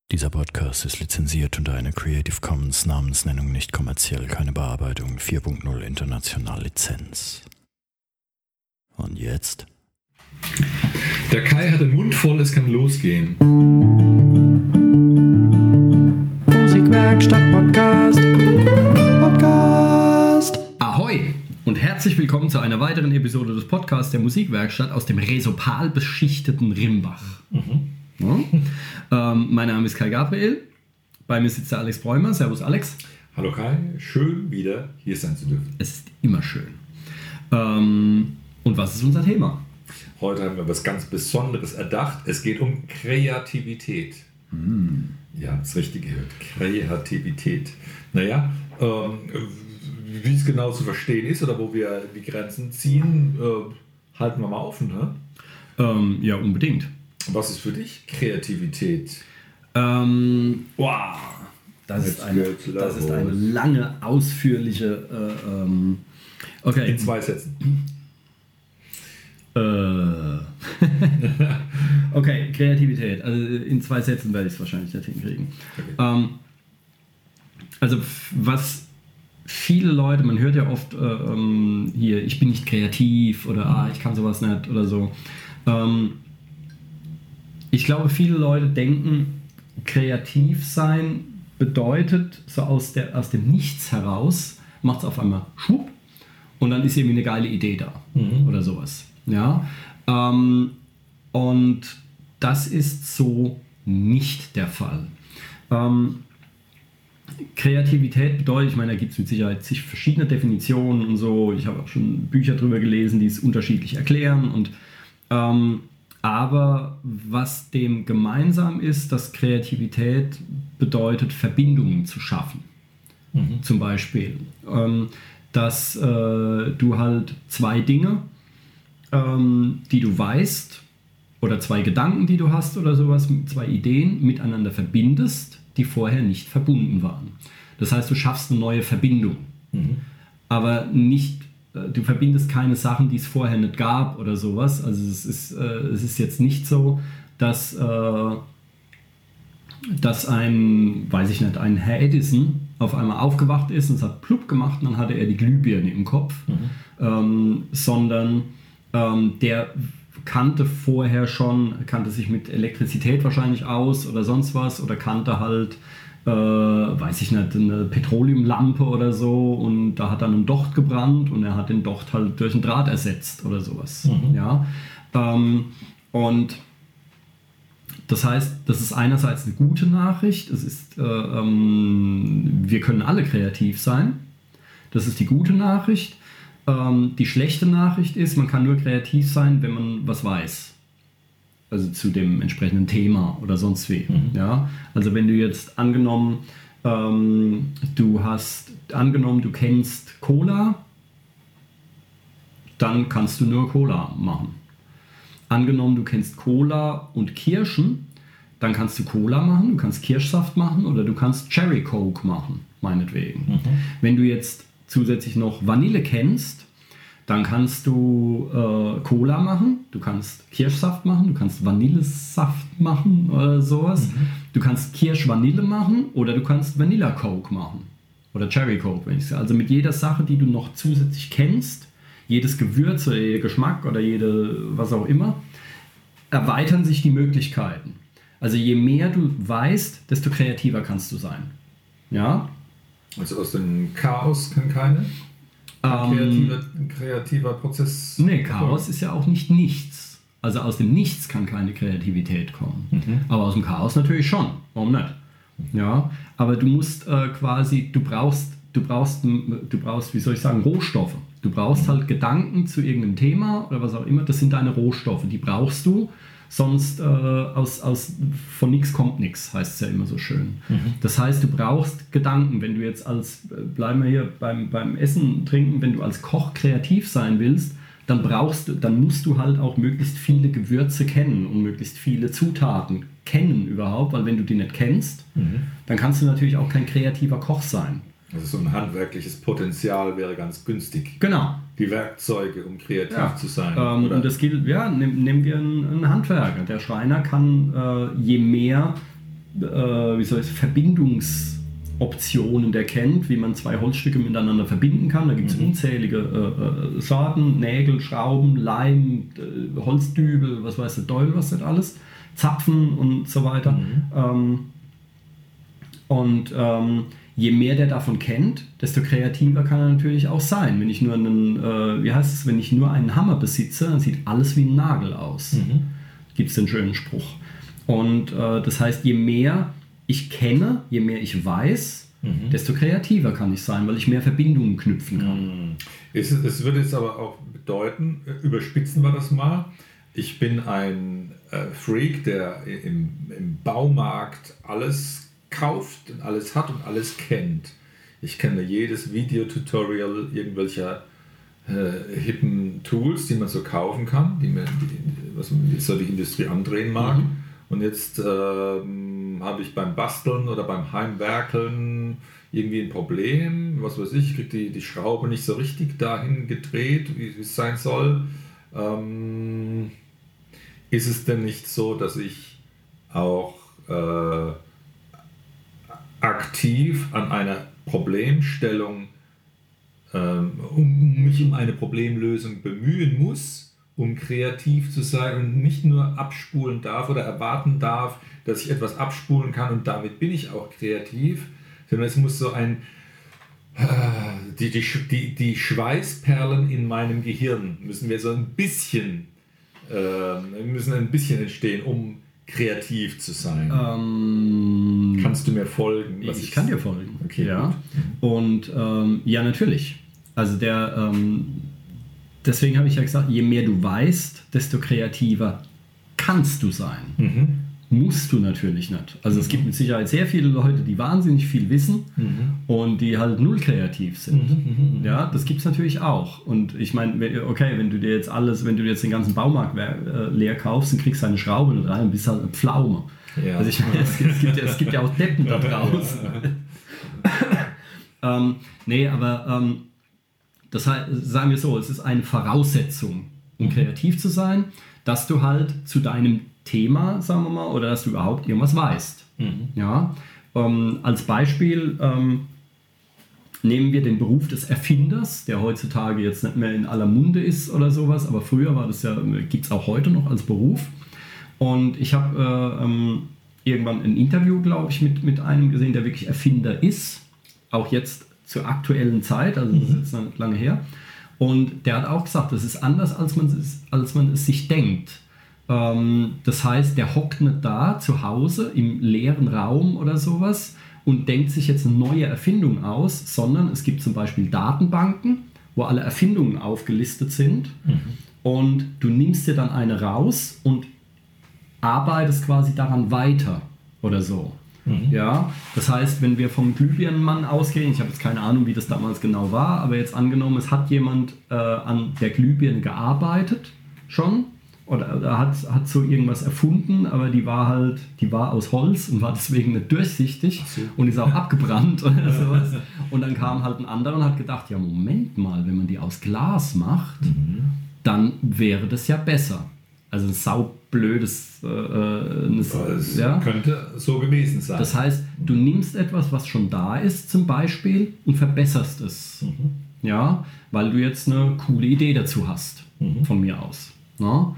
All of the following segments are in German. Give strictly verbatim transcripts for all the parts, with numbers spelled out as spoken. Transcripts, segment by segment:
Dieser Podcast ist lizenziert unter einer Creative Commons Namensnennung nicht kommerziell, keine Bearbeitung vier Punkt null International Lizenz. Und jetzt? Der Kai hat den Mund voll, es kann losgehen. Musikwerkstatt Podcast. Podcast. Ahoi und herzlich willkommen zu einer weiteren Episode des Podcasts der Musikwerkstatt aus dem Resopal beschichteten Rimbach. Mhm. Ja? ähm, mein Name ist Kai Gabriel, bei mir sitzt der Alex Bräumer. Servus Alex. Hallo Kai, schön wieder hier sein zu dürfen. Es ist immer schön. Ähm, und was ist unser Thema? Heute haben wir was ganz Besonderes erdacht. Es geht um Kreativität. Mm. Ja, das Richtige gehört. Kreativität. Naja, ähm, wie es genau zu verstehen ist oder wo wir die Grenzen ziehen, äh, halten wir mal offen. Ne? Ähm, ja, unbedingt. Was ist für dich Kreativität? Ähm, wow, das ist, eine, das ist eine lange, ausführliche... Äh, ähm, okay. In zwei Sätzen. Äh. Okay, Kreativität. Also in zwei Sätzen werde ich es wahrscheinlich nicht hinkriegen. Okay. Ähm, also was viele Leute, man hört ja oft äh, ähm, hier, ich bin nicht kreativ oder ah, ich kann sowas nicht oder so. Ähm, ich glaube, viele Leute denken, kreativ sein bedeutet, so aus, der, aus dem Nichts heraus, macht es auf einmal schwupp und dann ist irgendwie eine geile Idee da mhm. oder sowas. Ja, ähm, und das ist so nicht der Fall. Ähm, Kreativität bedeutet, ich meine, da gibt es mit Sicherheit zig verschiedene Definitionen und so. Ich habe auch schon Bücher drüber gelesen, die es unterschiedlich erklären. Und, ähm, aber was dem gemeinsam ist, dass Kreativität bedeutet, Verbindungen zu schaffen. Mhm. Zum Beispiel, ähm, dass äh, du halt zwei Dinge, ähm, die du weißt, oder zwei Gedanken, die du hast oder sowas, zwei Ideen miteinander verbindest, die vorher nicht verbunden waren. Das heißt, du schaffst eine neue Verbindung. Mhm. Aber nicht, du verbindest keine Sachen, die es vorher nicht gab oder sowas. Also es ist, äh, es ist jetzt nicht so, dass, äh, dass ein, weiß ich nicht, ein Herr Edison auf einmal aufgewacht ist und es hat plupp gemacht und dann hatte er die Glühbirne im Kopf. Mhm. Ähm, sondern ähm, der kannte vorher schon, kannte sich mit Elektrizität wahrscheinlich aus oder sonst was oder kannte halt, äh, weiß ich nicht, eine Petroleumlampe oder so und da hat dann ein Docht gebrannt und er hat den Docht halt durch einen Draht ersetzt oder sowas. Mhm. Ja? Ähm, und das heißt, das ist einerseits eine gute Nachricht, es ist, äh, ähm, wir können alle kreativ sein, das ist die gute Nachricht. Die schlechte Nachricht ist, man kann nur kreativ sein, wenn man was weiß. Also zu dem entsprechenden Thema oder sonst wie. Mhm. Ja? Also wenn du jetzt angenommen, ähm, du hast angenommen, du kennst Cola, dann kannst du nur Cola machen. Angenommen, du kennst Cola und Kirschen, dann kannst du Cola machen, du kannst Kirschsaft machen oder du kannst Cherry Coke machen, meinetwegen. Mhm. Wenn du jetzt zusätzlich noch Vanille kennst, dann kannst du äh, Cola machen, du kannst Kirschsaft machen, du kannst Vanillesaft machen oder sowas. Mhm. Du kannst Kirsch-Vanille machen oder du kannst Vanilla Coke machen oder Cherry Coke, wenn ich sage. Also mit jeder Sache, die du noch zusätzlich kennst, jedes Gewürz oder jeder Geschmack oder jede was auch immer, erweitern sich die Möglichkeiten. Also je mehr du weißt, desto kreativer kannst du sein. Ja? Also aus dem Chaos kann keine? Ein kreativer, ein kreativer Prozess? Nee, Chaos ist ja auch nicht nichts. Also aus dem Nichts kann keine Kreativität kommen. Mhm. Aber aus dem Chaos natürlich schon. Warum nicht? Ja, aber du musst äh, quasi, du brauchst, du brauchst, du brauchst, wie soll ich sagen, Rohstoffe. Du brauchst halt Gedanken zu irgendeinem Thema oder was auch immer. Das sind deine Rohstoffe, die brauchst du. Sonst äh, aus, aus, von nichts kommt nichts, heißt es ja immer so schön. Mhm. Das heißt, du brauchst Gedanken. Wenn du jetzt als, bleiben wir hier beim, beim Essen, Trinken, wenn du als Koch kreativ sein willst, dann brauchst du, dann musst du halt auch möglichst viele Gewürze kennen und möglichst viele Zutaten kennen überhaupt, weil wenn du die nicht kennst, mhm. dann kannst du natürlich auch kein kreativer Koch sein. Also so ein handwerkliches Potenzial wäre ganz günstig. Genau. Die Werkzeuge, um kreativ ja. zu sein. Ähm, oder? Und das gilt, ja, nehm, nehmen wir einen, einen Handwerker. Der Schreiner kann, äh, je mehr äh, wie soll ich sagen, Verbindungsoptionen der kennt, wie man zwei Holzstücke miteinander verbinden kann. Da gibt es mhm. unzählige äh, äh, Sorten, Nägel, Schrauben, Leim, äh, Holzdübel, was weiß der Teufel, was das alles, Zapfen und so weiter. Mhm. Ähm, und ähm, je mehr der davon kennt, desto kreativer kann er natürlich auch sein. Wenn ich nur einen, äh, wie heißt es, wenn ich nur einen Hammer besitze, dann sieht alles wie ein Nagel aus. Mhm. Gibt es den schönen Spruch. Und äh, das heißt, je mehr ich kenne, je mehr ich weiß, mhm. desto kreativer kann ich sein, weil ich mehr Verbindungen knüpfen kann. Mhm. Es, es würde jetzt aber auch bedeuten, überspitzen wir das mal, ich bin ein äh, Freak, der im, im Baumarkt alles kauft und alles hat und alles kennt. Ich kenne jedes Videotutorial irgendwelcher äh, hippen Tools, die man so kaufen kann, die man, die, was man so die Industrie andrehen mag. Mhm. Und jetzt ähm, habe ich beim Basteln oder beim Heimwerkeln irgendwie ein Problem, was weiß ich, ich kriege die, die Schraube nicht so richtig dahin gedreht, wie es sein soll. Ähm, ist es denn nicht so, dass ich auch äh, aktiv an einer Problemstellung, ähm, um mich um eine Problemlösung bemühen muss, um kreativ zu sein und nicht nur abspulen darf oder erwarten darf, dass ich etwas abspulen kann und damit bin ich auch kreativ, sondern es muss so ein, äh, die, die, die, die Schweißperlen in meinem Gehirn müssen wir so ein bisschen, äh, müssen ein bisschen entstehen, um kreativ zu sein. Ähm, Kannst du mir folgen? Was ich, ich kann dir folgen. Okay, ja. Und ähm, ja, natürlich. Also der, ähm, deswegen habe ich ja gesagt, je mehr du weißt, desto kreativer kannst du sein. Mhm. Musst du natürlich nicht. Also mhm. es gibt mit Sicherheit sehr viele Leute, die wahnsinnig viel wissen mhm. und die halt null kreativ sind. Mhm. Ja, das gibt es natürlich auch. Und ich meine, okay, wenn du dir jetzt alles, wenn du dir jetzt den ganzen Baumarkt äh, leer kaufst und kriegst eine Schraube nicht rein und bist halt eine Pflaume. Ja. Also ich meine, es gibt, es, gibt ja, es gibt ja auch Deppen da draußen. ähm, nee, aber ähm, das heißt, sagen wir so, es ist eine Voraussetzung, um mhm. kreativ zu sein, dass du halt zu deinem Thema, sagen wir mal, oder dass du überhaupt irgendwas weißt. Mhm. Ja? Ähm, als Beispiel ähm, nehmen wir den Beruf des Erfinders, der heutzutage jetzt nicht mehr in aller Munde ist oder sowas, aber früher war das ja, gibt es auch heute noch als Beruf. Und ich habe äh, ähm, irgendwann ein Interview, glaube ich, mit, mit einem gesehen, der wirklich Erfinder ist, auch jetzt zur aktuellen Zeit, also das ist jetzt noch nicht lange her. Und der hat auch gesagt, das ist anders, als man es, als man es sich denkt. Das heißt, der hockt nicht da zu Hause im leeren Raum oder sowas und denkt sich jetzt eine neue Erfindung aus, sondern es gibt zum Beispiel Datenbanken, wo alle Erfindungen aufgelistet sind mhm. und du nimmst dir dann eine raus und arbeitest quasi daran weiter oder so. Mhm. Ja, das heißt, wenn wir vom Glühbirnenmann ausgehen, ich habe jetzt keine Ahnung, wie das damals genau war, aber jetzt angenommen, es hat jemand äh, an der Glühbirne gearbeitet schon, oder, oder hat, hat so irgendwas erfunden, aber die war halt, die war aus Holz und war deswegen nicht durchsichtig so. Und ist auch abgebrannt oder sowas. Und dann kam halt ein anderer und hat gedacht, ja Moment mal, wenn man die aus Glas macht, mhm. dann wäre das ja besser. Also ein saublödes... Äh, eine, es ja? könnte so gewesen sein. Das heißt, du nimmst etwas, was schon da ist zum Beispiel und verbesserst es. Mhm. Ja, weil du jetzt eine coole Idee dazu hast, mhm. von mir aus. Ja?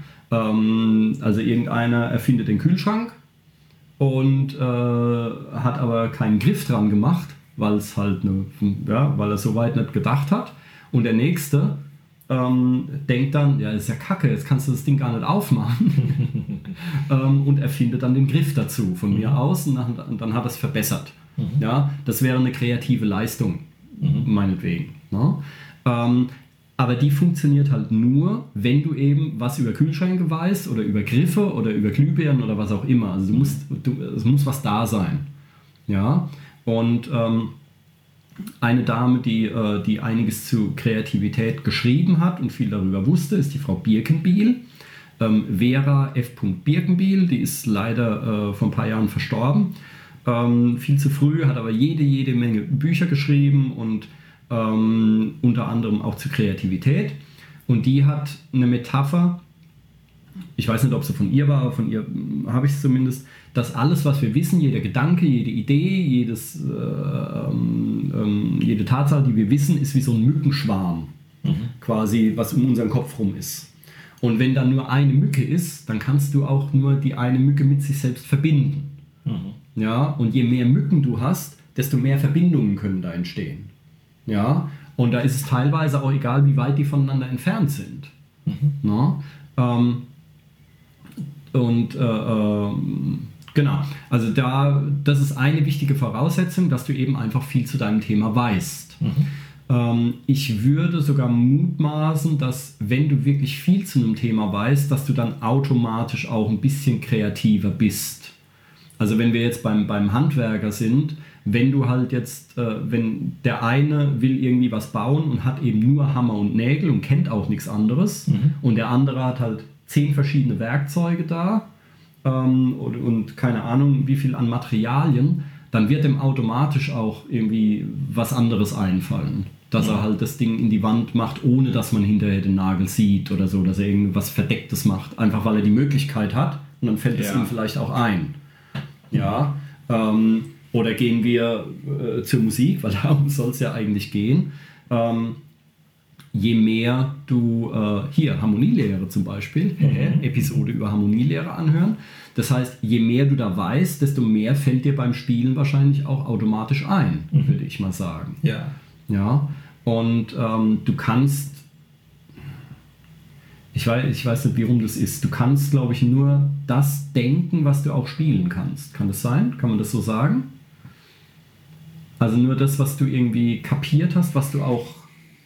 Also irgendeiner erfindet den Kühlschrank und äh, hat aber keinen Griff dran gemacht, weil es halt eine, ja, weil er soweit nicht gedacht hat. Und der nächste ähm, denkt dann, ja, das ist ja Kacke, jetzt kannst du das Ding gar nicht aufmachen ähm, und erfindet dann den Griff dazu von mhm. mir aus und dann, und dann hat er es verbessert. Mhm. Ja, das wäre eine kreative Leistung, mhm. meinetwegen. Ne? Ähm, Aber die funktioniert halt nur, wenn du eben was über Kühlschränke weißt oder über Griffe oder über Glühbirnen oder was auch immer. Also du musst, du, es muss was da sein. Ja? Und ähm, eine Dame, die, äh, die einiges zu Kreativität geschrieben hat und viel darüber wusste, ist die Frau Birkenbiel. Ähm, Vera F. Birkenbiel, die ist leider äh, vor ein paar Jahren verstorben. Ähm, viel zu früh, hat aber jede, jede Menge Bücher geschrieben und Ähm, unter anderem auch zur Kreativität. Und die hat eine Metapher ich weiß nicht, ob es von ihr war, aber von ihr habe ich es zumindest, dass alles, was wir wissen, jeder Gedanke, jede Idee, jedes, äh, ähm, jede Tatsache, die wir wissen, ist wie so ein Mückenschwarm, mhm. quasi, was um unseren Kopf rum ist. Und wenn da nur eine Mücke ist, dann kannst du auch nur die eine Mücke mit sich selbst verbinden. Mhm. Ja? Und je mehr Mücken du hast, desto mehr Verbindungen können da entstehen. Ja? Und da ist es teilweise auch egal, wie weit die voneinander entfernt sind. Mhm. Na? Ähm, und äh, äh, genau, also da, das ist eine wichtige Voraussetzung, dass du eben einfach viel zu deinem Thema weißt. Mhm. Ähm, ich würde sogar mutmaßen, dass wenn du wirklich viel zu einem Thema weißt, dass du dann automatisch auch ein bisschen kreativer bist. Also wenn wir jetzt beim, beim Handwerker sind, wenn du halt jetzt, äh, wenn der eine will irgendwie was bauen und hat eben nur Hammer und Nägel und kennt auch nichts anderes mhm. und der andere hat halt zehn verschiedene Werkzeuge da ähm, und, und keine Ahnung wie viel an Materialien, dann wird dem automatisch auch irgendwie was anderes einfallen. Dass mhm. er halt das Ding in die Wand macht, ohne dass man hinterher den Nagel sieht oder so, dass er irgendwas Verdecktes macht, einfach weil er die Möglichkeit hat und dann fällt es ja. ihm vielleicht auch ein. Ja, ähm, oder gehen wir äh, zur Musik, weil darum soll es ja eigentlich gehen. Ähm, je mehr du, äh, hier Harmonielehre zum Beispiel, mhm. Episode über Harmonielehre anhören. Das heißt, je mehr du da weißt, desto mehr fällt dir beim Spielen wahrscheinlich auch automatisch ein, mhm. würde ich mal sagen. Ja. Ja, und ähm, du kannst, ich weiß, ich weiß nicht, wie rum das ist, du kannst, glaube ich, nur das denken, was du auch spielen kannst. Kann das sein? Kann man das so sagen? Also nur das, was du irgendwie kapiert hast, was du auch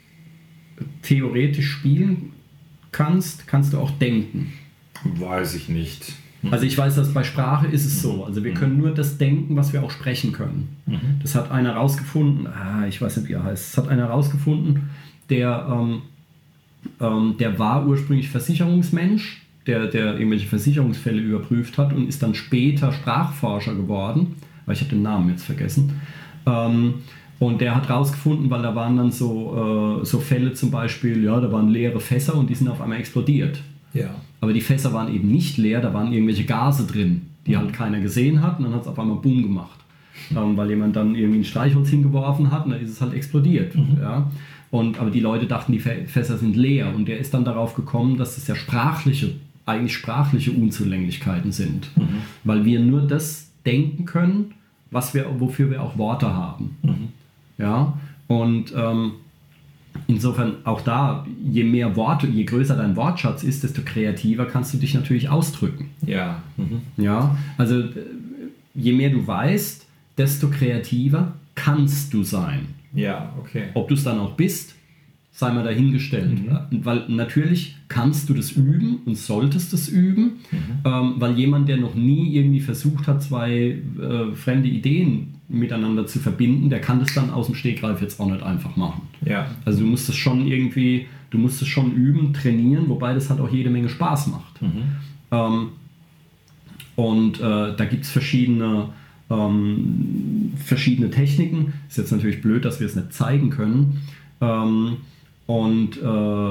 theoretisch spielen kannst, kannst du auch denken. Weiß ich nicht. Also ich weiß, dass bei Sprache ist es so. Also wir können nur das denken, was wir auch sprechen können. Das hat einer rausgefunden, ah, ich weiß nicht, wie er heißt, das hat einer rausgefunden, der, ähm, ähm, der war ursprünglich Versicherungsmensch, der, der irgendwelche Versicherungsfälle überprüft hat und ist dann später Sprachforscher geworden, weil ich habe den Namen jetzt vergessen. Ähm, und der hat rausgefunden, weil da waren dann so, äh, so Fälle zum Beispiel, ja, da waren leere Fässer und die sind auf einmal explodiert. Ja. Aber die Fässer waren eben nicht leer, da waren irgendwelche Gase drin, die halt keiner gesehen hat und dann hat es auf einmal Boom gemacht. Ähm, weil jemand dann irgendwie ein Streichholz hingeworfen hat und dann ist es halt explodiert. Mhm. Ja? Und, aber die Leute dachten, die Fässer sind leer und der ist dann darauf gekommen, dass das ja sprachliche, eigentlich sprachliche Unzulänglichkeiten sind. Mhm. Weil wir nur das denken können, was wir, wofür wir auch Worte haben. Mhm. Ja? Und ähm, insofern auch da, je mehr Worte, je größer dein Wortschatz ist, desto kreativer kannst du dich natürlich ausdrücken. Ja. Mhm. Ja, also je mehr du weißt, desto kreativer kannst du sein. Ja, okay. Ob du es dann auch bist, sei mal dahingestellt. Mhm. Weil natürlich kannst du das üben und solltest es üben, mhm. ähm, weil jemand, der noch nie irgendwie versucht hat, zwei äh, fremde Ideen miteinander zu verbinden, der kann das dann aus dem Stegreif jetzt auch nicht einfach machen. Ja. Also du musst es schon irgendwie, du musst es schon üben, trainieren, wobei das halt auch jede Menge Spaß macht. Mhm. Ähm, und äh, da gibt es verschiedene, ähm, verschiedene Techniken. Ist jetzt natürlich blöd, dass wir es nicht zeigen können. Ähm, und äh,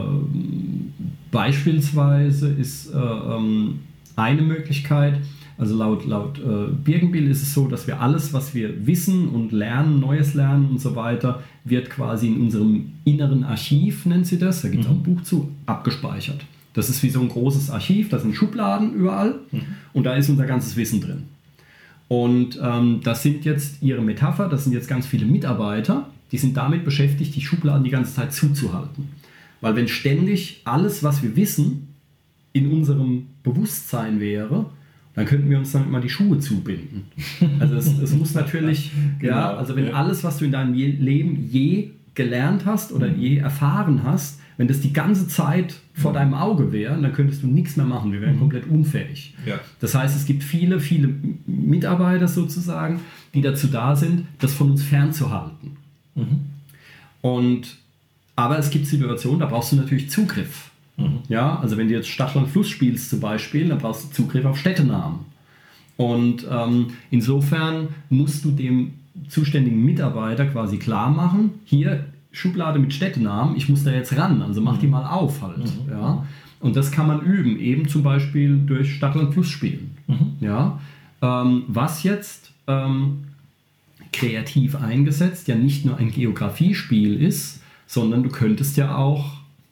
beispielsweise ist äh, ähm, eine Möglichkeit, also laut, laut äh, Birkenbiel ist es so, dass wir alles, was wir wissen und lernen, Neues lernen und so weiter, wird quasi in unserem inneren Archiv, nennt sie das, da gibt es mhm. auch ein Buch zu, abgespeichert. Das ist wie so ein großes Archiv, da sind Schubladen überall mhm. und da ist unser ganzes Wissen drin. Und ähm, das sind jetzt ihre Metapher, das sind jetzt ganz viele Mitarbeiter, die sind damit beschäftigt, die Schubladen die ganze Zeit zuzuhalten. Weil wenn ständig alles, was wir wissen, in unserem Bewusstsein wäre, dann könnten wir uns damit mal die Schuhe zubinden. Also es, es muss natürlich, genau, ja, also wenn ja. alles, was du in deinem je, Leben je gelernt hast oder mhm. je erfahren hast, wenn das die ganze Zeit vor deinem Auge wäre, dann könntest du nichts mehr machen. Wir wären mhm. komplett unfähig. Ja. Das heißt, es gibt viele, viele Mitarbeiter sozusagen, die dazu da sind, das von uns fernzuhalten. Mhm. Und, aber es gibt Situationen, da brauchst du natürlich Zugriff. Mhm. Ja, also wenn du jetzt Stadt, Land, Fluss spielst zum Beispiel, dann brauchst du Zugriff auf Städtenamen. Und ähm, insofern musst du dem zuständigen Mitarbeiter quasi klar machen, hier Schublade mit Städtenamen, ich muss da jetzt ran, also mach mhm. die mal auf halt. Mhm. Ja. Und das kann man üben, eben zum Beispiel durch Stadt- und Fluss spielen. Mhm. Ja? Ähm, was jetzt ähm, kreativ eingesetzt ja nicht nur ein Geografiespiel ist, sondern du könntest ja auch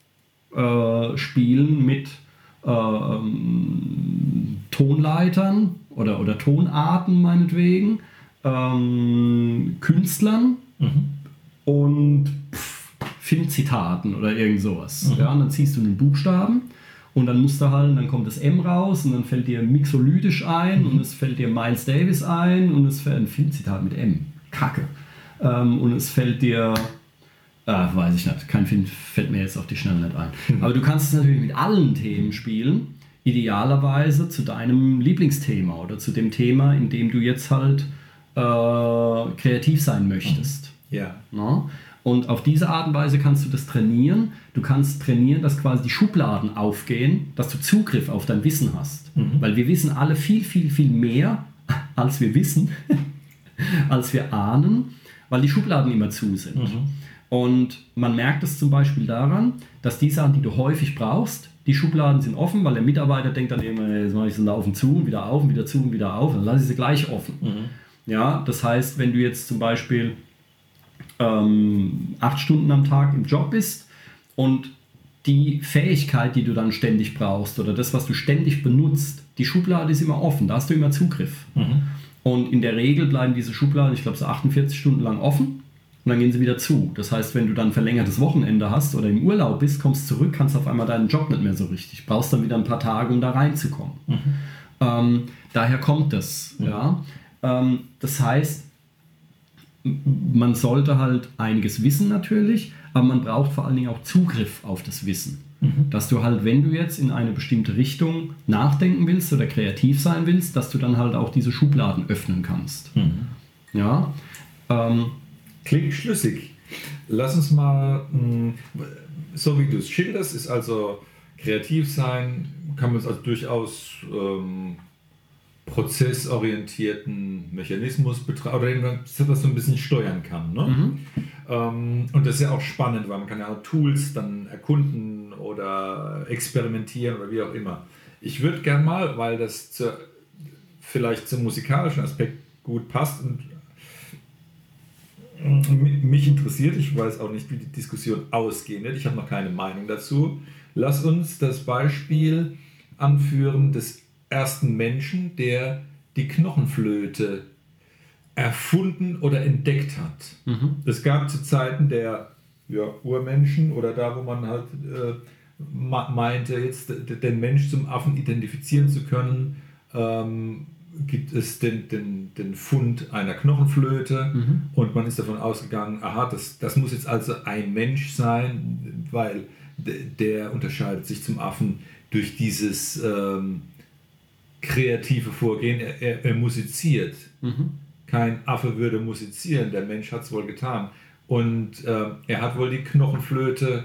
äh, spielen mit äh, ähm, Tonleitern oder, oder Tonarten meinetwegen, ähm, Künstlern Mhm. und pff, Filmzitaten oder irgend sowas. Mhm. Ja, und dann ziehst du einen Buchstaben und dann musst du halt, dann kommt das M raus und dann fällt dir Mixolydisch ein Mhm. und es fällt dir Miles Davis ein und es fällt ein Filmzitat mit M. Kacke. Ähm, und es fällt dir, äh, weiß ich nicht, kein Film fällt mir jetzt auf die Schnelle nicht ein. Mhm. Aber du kannst es natürlich mit allen Themen spielen, idealerweise zu deinem Lieblingsthema oder zu dem Thema, in dem du jetzt halt äh, kreativ sein möchtest. Ja. Ja? Und auf diese Art und Weise kannst du das trainieren. Du kannst trainieren, dass quasi die Schubladen aufgehen, dass du Zugriff auf dein Wissen hast. Mhm. Weil wir wissen alle viel, viel, viel mehr, als wir wissen, als wir ahnen, weil die Schubladen immer zu sind. Mhm. Und man merkt es zum Beispiel daran, dass die Sachen, die du häufig brauchst, die Schubladen sind offen, weil der Mitarbeiter denkt dann immer, jetzt mache ich sie laufen zu und wieder auf und wieder zu und wieder auf, dann lasse ich sie gleich offen. Mhm. Ja, das heißt, wenn du jetzt zum Beispiel ähm, acht Stunden am Tag im Job bist und die Fähigkeit, die du dann ständig brauchst oder das, was du ständig benutzt, die Schublade ist immer offen, da hast du immer Zugriff. Mhm. Und in der Regel bleiben diese Schubladen, ich glaube, so achtundvierzig Stunden lang offen und dann gehen sie wieder zu. Das heißt, wenn du dann verlängertes Wochenende hast oder im Urlaub bist, kommst zurück, kannst auf einmal deinen Job nicht mehr so richtig. Brauchst dann wieder ein paar Tage, um da reinzukommen. Mhm. Ähm, daher kommt das. Mhm. Ja. Ähm, das heißt, man sollte halt einiges wissen natürlich, aber man braucht vor allen Dingen auch Zugriff auf das Wissen. Mhm. Dass du halt, wenn du jetzt in eine bestimmte Richtung nachdenken willst oder kreativ sein willst, dass du dann halt auch diese Schubladen öffnen kannst. Mhm. Ja. Ähm, Klingt schlüssig. Lass uns mal, mh, so wie du es schilderst, ist also kreativ sein, kann man es als durchaus ähm, prozessorientierten Mechanismus betrachten oder irgendwas, was so ein bisschen steuern kann. Ne? mhm. Ähm, und das ist ja auch spannend, weil man kann ja auch Tools dann erkunden oder experimentieren oder wie auch immer. Ich würde gern mal, weil das zur, vielleicht zum musikalischen Aspekt gut passt und mich interessiert, ich weiß auch nicht, wie die Diskussion ausgehen wird, ich habe noch keine Meinung dazu. Lass uns das Beispiel anführen des ersten Menschen, der die Knochenflöte erfunden oder entdeckt hat. Mhm. Es gab zu Zeiten der ja, Urmenschen oder da, wo man halt äh, meinte, jetzt den Mensch zum Affen identifizieren zu können, ähm, gibt es den, den, den Fund einer Knochenflöte Mhm. und man ist davon ausgegangen, aha, das, das muss jetzt also ein Mensch sein, weil d- der unterscheidet sich zum Affen durch dieses ähm, kreative Vorgehen. Er, er, er musiziert. Mhm. Kein Affe würde musizieren, der Mensch hat es wohl getan. Und äh, er hat wohl die Knochenflöte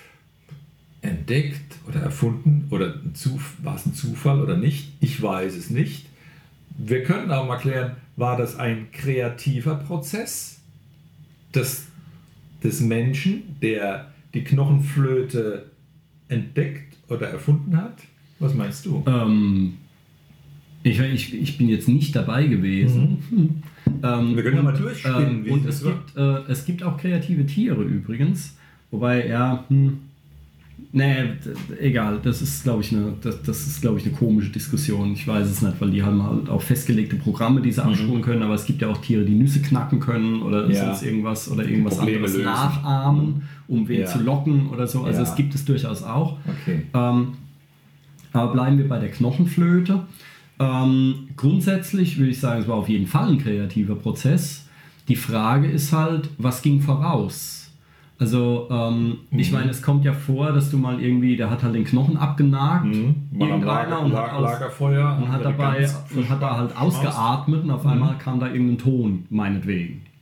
entdeckt oder erfunden oder war es ein Zufall oder nicht? Ich weiß es nicht. Wir könnten auch mal klären, war das ein kreativer Prozess des, des Menschen, der die Knochenflöte entdeckt oder erfunden hat? Was meinst du? Ähm, ich, ich, ich bin jetzt nicht dabei gewesen. Mhm. Ähm, Wir können ja und, mal durchspielen. Ähm, und es gibt, äh, es gibt auch kreative Tiere übrigens. Wobei, ja, hm, nee, d- egal, das ist, glaube ich, eine, das, das ist, glaube ich, eine komische Diskussion. Ich weiß es nicht, weil die haben halt auch festgelegte Programme, die sie Mhm. abspulen können, aber es gibt ja auch Tiere, die Nüsse knacken können oder Ja. sonst irgendwas oder irgendwas Probleme anderes lösen. nachahmen, um wen Ja. zu locken oder so. Also Ja. es gibt es durchaus auch. Okay. Ähm, aber bleiben wir bei der Knochenflöte. Ähm, grundsätzlich würde ich sagen, es war auf jeden Fall ein kreativer Prozess. Die Frage ist halt, was ging voraus? Also, ähm, Mhm. ich meine, es kommt ja vor, dass du mal irgendwie, der hat halt den Knochen abgenagt, Mhm. Mal am irgendeiner, Lager, und, La- hat aus, Lagerfeuer und, hat haben wir die dabei, Gans und hat da halt verschmaust. ausgeatmet und auf Mhm. einmal kam da irgendein Ton, meinetwegen.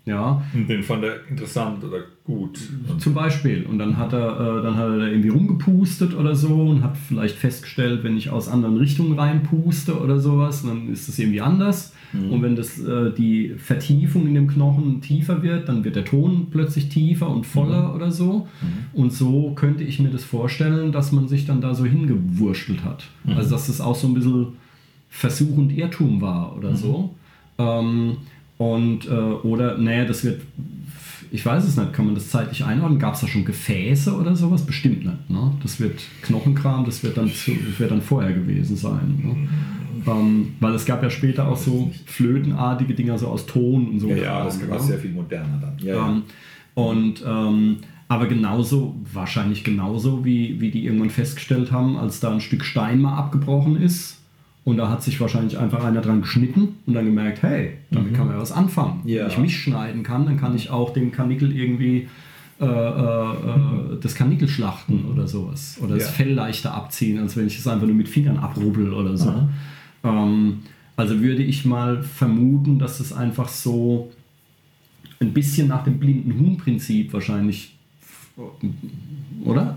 Ja. Und den fand er interessant oder gut. Zum Beispiel. Und dann hat er, äh, dann hat er da irgendwie rumgepustet oder so und hat vielleicht festgestellt, wenn ich aus anderen Richtungen reinpuste oder sowas, dann ist das irgendwie anders. Mhm. Und wenn das, äh, die Vertiefung in dem Knochen tiefer wird, dann wird der Ton plötzlich tiefer und voller mhm. oder so. Mhm. Und so könnte ich mir das vorstellen, dass man sich dann da so hingewurschtelt hat. Mhm. Also dass das auch so ein bisschen Versuch und Irrtum war oder mhm. so. Ähm, Und, äh, oder, naja, das wird, ich weiß es nicht, kann man das zeitlich einordnen? Gab es da schon Gefäße oder sowas? Bestimmt nicht, ne? Das wird Knochenkram, das wird dann, zu, das wird dann vorher gewesen sein. Ne? Ähm, weil es gab ja später auch so flötenartige Dinger, so aus Ton und so. Ja, ja, das war sehr viel moderner dann. Ja, ähm, ja. Und, ähm, aber genauso, wahrscheinlich genauso, wie, wie die irgendwann festgestellt haben, als da ein Stück Stein mal abgebrochen ist. Und da hat sich wahrscheinlich einfach einer dran geschnitten und dann gemerkt, hey, damit mhm. kann man ja was anfangen. Ja. Wenn ich mich schneiden kann, dann kann ich auch dem Karnickel irgendwie äh, äh, das Karnickel schlachten oder sowas. Oder ja. das Fell leichter abziehen, als wenn ich es einfach nur mit Fingern abrubbel oder so. Ähm, also würde ich mal vermuten, dass es einfach so ein bisschen nach dem blinden Huhn-Prinzip wahrscheinlich, oder?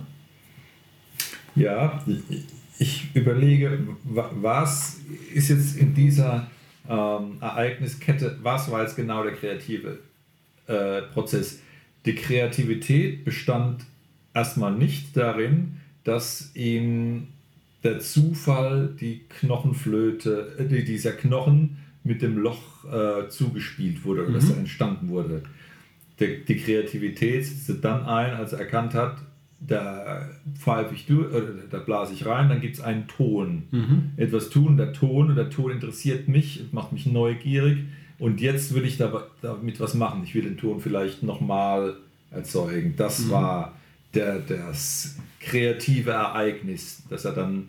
Ja, ich überlege, was ist jetzt in dieser ähm, Ereigniskette, was war jetzt genau der kreative äh, Prozess? Die Kreativität bestand erstmal nicht darin, dass ihm der Zufall die Knochenflöte, äh, dieser Knochen mit dem Loch äh, zugespielt wurde oder mhm. dass er entstanden wurde. Die, die Kreativität setzte dann ein, als er erkannt hat, da pfeife ich durch, oder da blase ich rein, dann gibt es einen Ton. Mhm. Etwas tun, der Ton, und der Ton interessiert mich, macht mich neugierig, und jetzt will ich damit was machen. Ich will den Ton vielleicht nochmal erzeugen. Das mhm. war der, das kreative Ereignis, dass er dann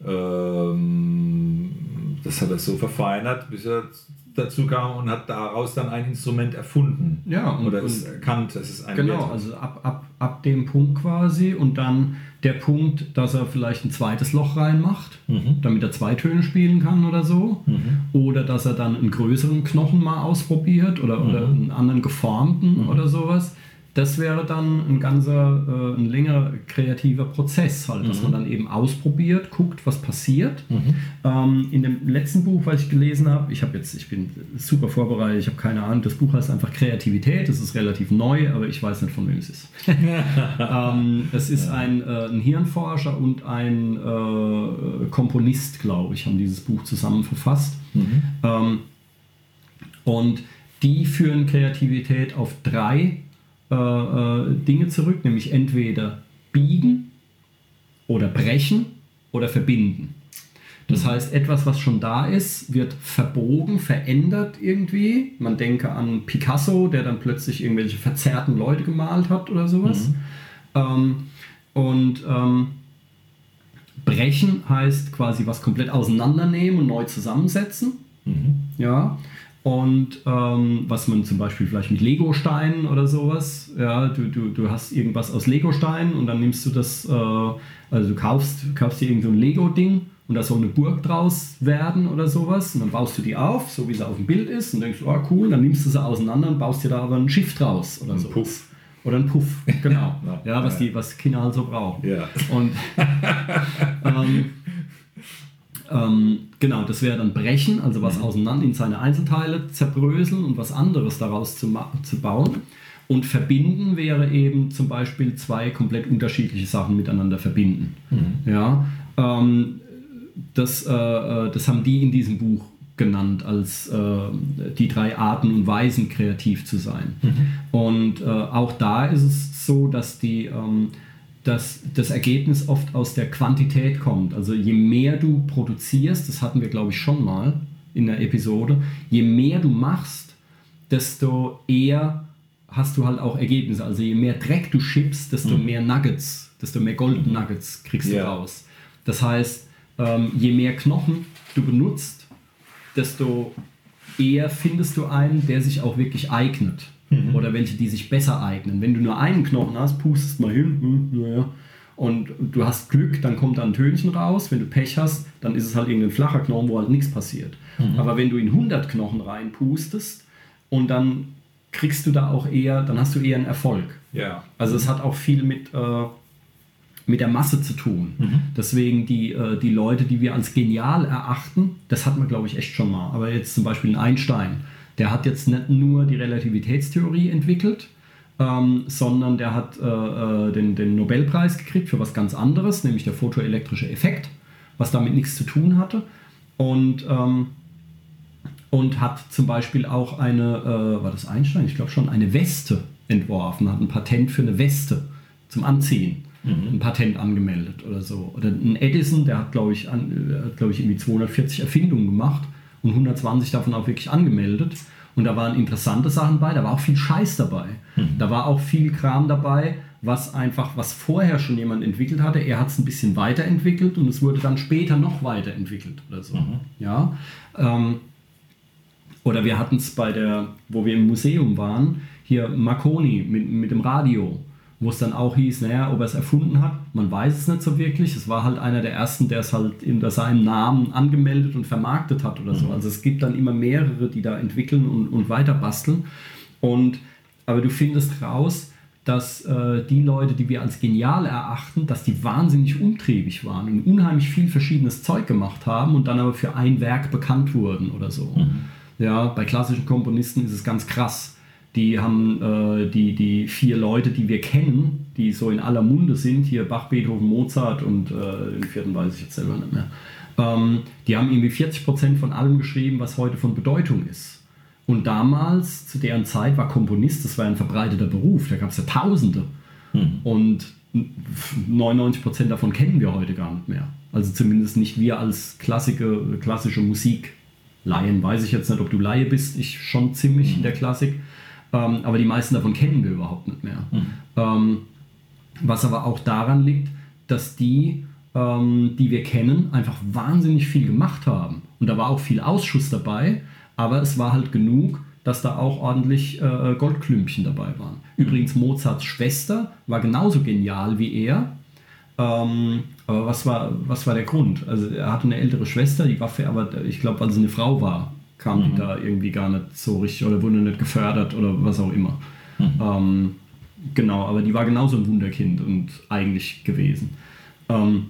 ähm, das hat er so verfeinert, bis er dazu kam und hat daraus dann ein Instrument erfunden. Ja, und, oder es erkannt, dass es ein genau, Wert hat. Also ab, ab, ab dem Punkt quasi, und dann der Punkt, dass er vielleicht ein zweites Loch reinmacht, mhm. damit er zwei Töne spielen kann oder so. Mhm. Oder dass er dann einen größeren Knochen mal ausprobiert oder, mhm. oder einen anderen geformten mhm. oder sowas. Das wäre dann ein ganzer, äh, ein länger kreativer Prozess halt, dass mhm. man dann eben ausprobiert, guckt, was passiert. Mhm. Ähm, in dem letzten Buch, was ich gelesen habe, ich habe jetzt, ich bin super vorbereitet, ich habe keine Ahnung, das Buch heißt einfach Kreativität, das ist relativ neu, aber ich weiß nicht, von wem es ist. ähm, es ist ja. ein, äh, ein Hirnforscher und ein äh, Komponist, glaube ich, haben dieses Buch zusammen verfasst. Mhm. Ähm, und die führen Kreativität auf drei Äh, äh, Dinge zurück, nämlich entweder biegen oder brechen oder verbinden. Das mhm. heißt, etwas, was schon da ist, wird verbogen, verändert irgendwie. Man denke an Picasso, der dann plötzlich irgendwelche verzerrten Leute gemalt hat oder sowas. Mhm. Ähm, und ähm, brechen heißt quasi was komplett auseinandernehmen und neu zusammensetzen. Mhm. Ja. Und ähm, was man zum Beispiel vielleicht mit Lego-Steinen oder sowas, ja, du, du, du hast irgendwas aus Lego-Steinen und dann nimmst du das, äh, also du kaufst, kaufst dir irgend so ein Lego-Ding und da soll eine Burg draus werden oder sowas, und dann baust du die auf, so wie sie auf dem Bild ist, und denkst, oh cool, dann nimmst du sie auseinander und baust dir da aber ein Schiff draus oder so. Puff. Oder ein Puff, genau. ja, was die, was Kinder halt so brauchen. Ja. Und ähm, Ähm, genau, das wäre dann brechen, also was mhm. auseinander in seine Einzelteile zerbröseln und was anderes daraus zu, ma- zu bauen. Und verbinden wäre eben zum Beispiel zwei komplett unterschiedliche Sachen miteinander verbinden. Mhm. Ja, ähm, das, äh, das haben die in diesem Buch genannt als äh, die drei Arten und Weisen, kreativ zu sein. Mhm. Und äh, auch da ist es so, dass die ähm, dass das Ergebnis oft aus der Quantität kommt. Also je mehr du produzierst, das hatten wir glaube ich schon mal in der Episode, je mehr du machst, desto eher hast du halt auch Ergebnisse. Also je mehr Dreck du schippst, desto mhm. mehr Nuggets, desto mehr Golden Nuggets kriegst ja. du raus. Das heißt, ähm, je mehr Knochen du benutzt, desto eher findest du einen, der sich auch wirklich eignet. Mhm. Oder welche, die sich besser eignen. Wenn du nur einen Knochen hast, pustest mal hin, hm, naja, und du hast Glück, dann kommt da ein Tönchen raus. Wenn du Pech hast, dann ist es halt irgendein flacher Knochen, wo halt nichts passiert. Mhm. Aber wenn du in hundert Knochen reinpustest und dann kriegst du da auch eher, dann hast du eher einen Erfolg. Ja. Also es hat auch viel mit, äh, mit der Masse zu tun. Mhm. Deswegen die, äh, die Leute, die wir als genial erachten, das hatten wir, glaube ich, echt schon mal. Aber jetzt zum Beispiel ein Einstein, der hat jetzt nicht nur die Relativitätstheorie entwickelt, ähm, sondern der hat äh, den, den Nobelpreis gekriegt für was ganz anderes, nämlich der photoelektrische Effekt, was damit nichts zu tun hatte. Und ähm, und hat zum Beispiel auch eine, äh, war das Einstein? Ich glaube schon, eine Weste entworfen, hat ein Patent für eine Weste zum Anziehen, mhm. ein Patent angemeldet oder so. Oder ein Edison, der hat, glaube ich, an, glaub ich, irgendwie zweihundertvierzig Erfindungen gemacht und hundertzwanzig davon auch wirklich angemeldet. Und da waren interessante Sachen bei, da war auch viel Scheiß dabei. Mhm. Da war auch viel Kram dabei, was einfach, was vorher schon jemand entwickelt hatte. Er hat es ein bisschen weiterentwickelt und es wurde dann später noch weiterentwickelt oder so. Mhm. Ja, ähm, Oder wir hatten es bei der, wo wir im Museum waren, hier Marconi mit, mit dem Radio, wo es dann auch hieß, naja, ob er es erfunden hat, man weiß es nicht so wirklich. Es war halt einer der ersten, der es halt unter seinem Namen angemeldet und vermarktet hat oder so. Also es gibt dann immer mehrere, die da entwickeln und, und weiter basteln. Und, aber du findest raus, dass äh, die Leute, die wir als genial erachten, dass die wahnsinnig umtriebig waren und unheimlich viel verschiedenes Zeug gemacht haben und dann aber für ein Werk bekannt wurden oder so. Mhm. Ja, bei klassischen Komponisten ist es ganz krass. Die haben äh, die, die vier Leute, die wir kennen, die so in aller Munde sind, hier Bach, Beethoven, Mozart und äh, den vierten weiß ich jetzt selber nicht mehr, ähm, die haben irgendwie vierzig Prozent von allem geschrieben, was heute von Bedeutung ist. Und damals, zu deren Zeit, war Komponist, das war ein verbreiteter Beruf, da gab es ja Tausende. Mhm. Und neunundneunzig Prozent davon kennen wir heute gar nicht mehr. Also zumindest nicht wir als klassische, klassische Musik. Laien weiß ich jetzt nicht, ob du Laie bist, ich schon ziemlich mhm. in der Klassik, ähm, aber die meisten davon kennen wir überhaupt nicht mehr. Mhm. Ähm, was aber auch daran liegt, dass die, ähm, die wir kennen, einfach wahnsinnig viel gemacht haben. Und da war auch viel Ausschuss dabei, aber es war halt genug, dass da auch ordentlich äh, Goldklümpchen dabei waren. Übrigens, Mozarts Schwester war genauso genial wie er. Ähm, aber was war, was war der Grund? Also er hatte eine ältere Schwester, die war für, aber ich glaube, weil sie eine Frau war, kam mhm. die da irgendwie gar nicht so richtig oder wurde nicht gefördert oder was auch immer. Mhm. Ähm, genau, aber die war genauso ein Wunderkind und eigentlich gewesen. Ähm,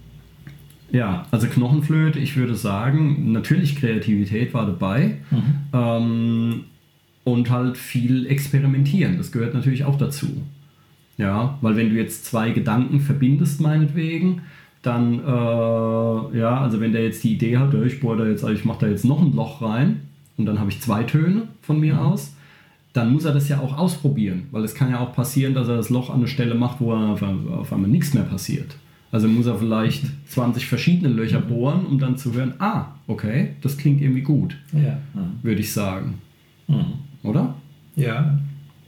ja, also Knochenflöte, ich würde sagen, natürlich Kreativität war dabei mhm. ähm, und halt viel experimentieren, das gehört natürlich auch dazu. Ja, weil wenn du jetzt zwei Gedanken verbindest, meinetwegen, dann, äh, ja, also wenn der jetzt die Idee hat, ich bohre da jetzt, ich mache da jetzt noch ein Loch rein und dann habe ich zwei Töne von mir mhm. aus, dann muss er das ja auch ausprobieren, weil es kann ja auch passieren, dass er das Loch an eine Stelle macht, wo er auf, auf einmal nichts mehr passiert. Also muss er vielleicht zwanzig verschiedene Löcher bohren, um dann zu hören, ah, okay, das klingt irgendwie gut, ja. würde ich sagen. Mhm. Oder? Ja.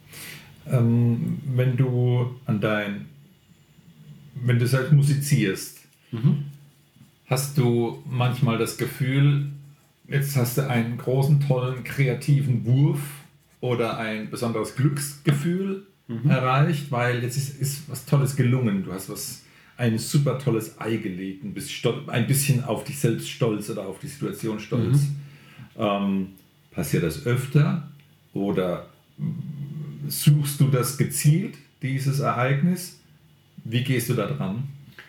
Ähm, wenn du an dein, wenn du selbst musizierst, mhm. hast du manchmal das Gefühl, jetzt hast du einen großen, tollen, kreativen Wurf oder ein besonderes Glücksgefühl mhm. erreicht, weil jetzt ist, ist was Tolles gelungen, du hast was, ein super tolles Ei gelegt und bist stolz, ein bisschen auf dich selbst stolz oder auf die Situation stolz. Mhm. Ähm, passiert das öfter oder suchst du das gezielt, dieses Ereignis? Wie gehst du da dran?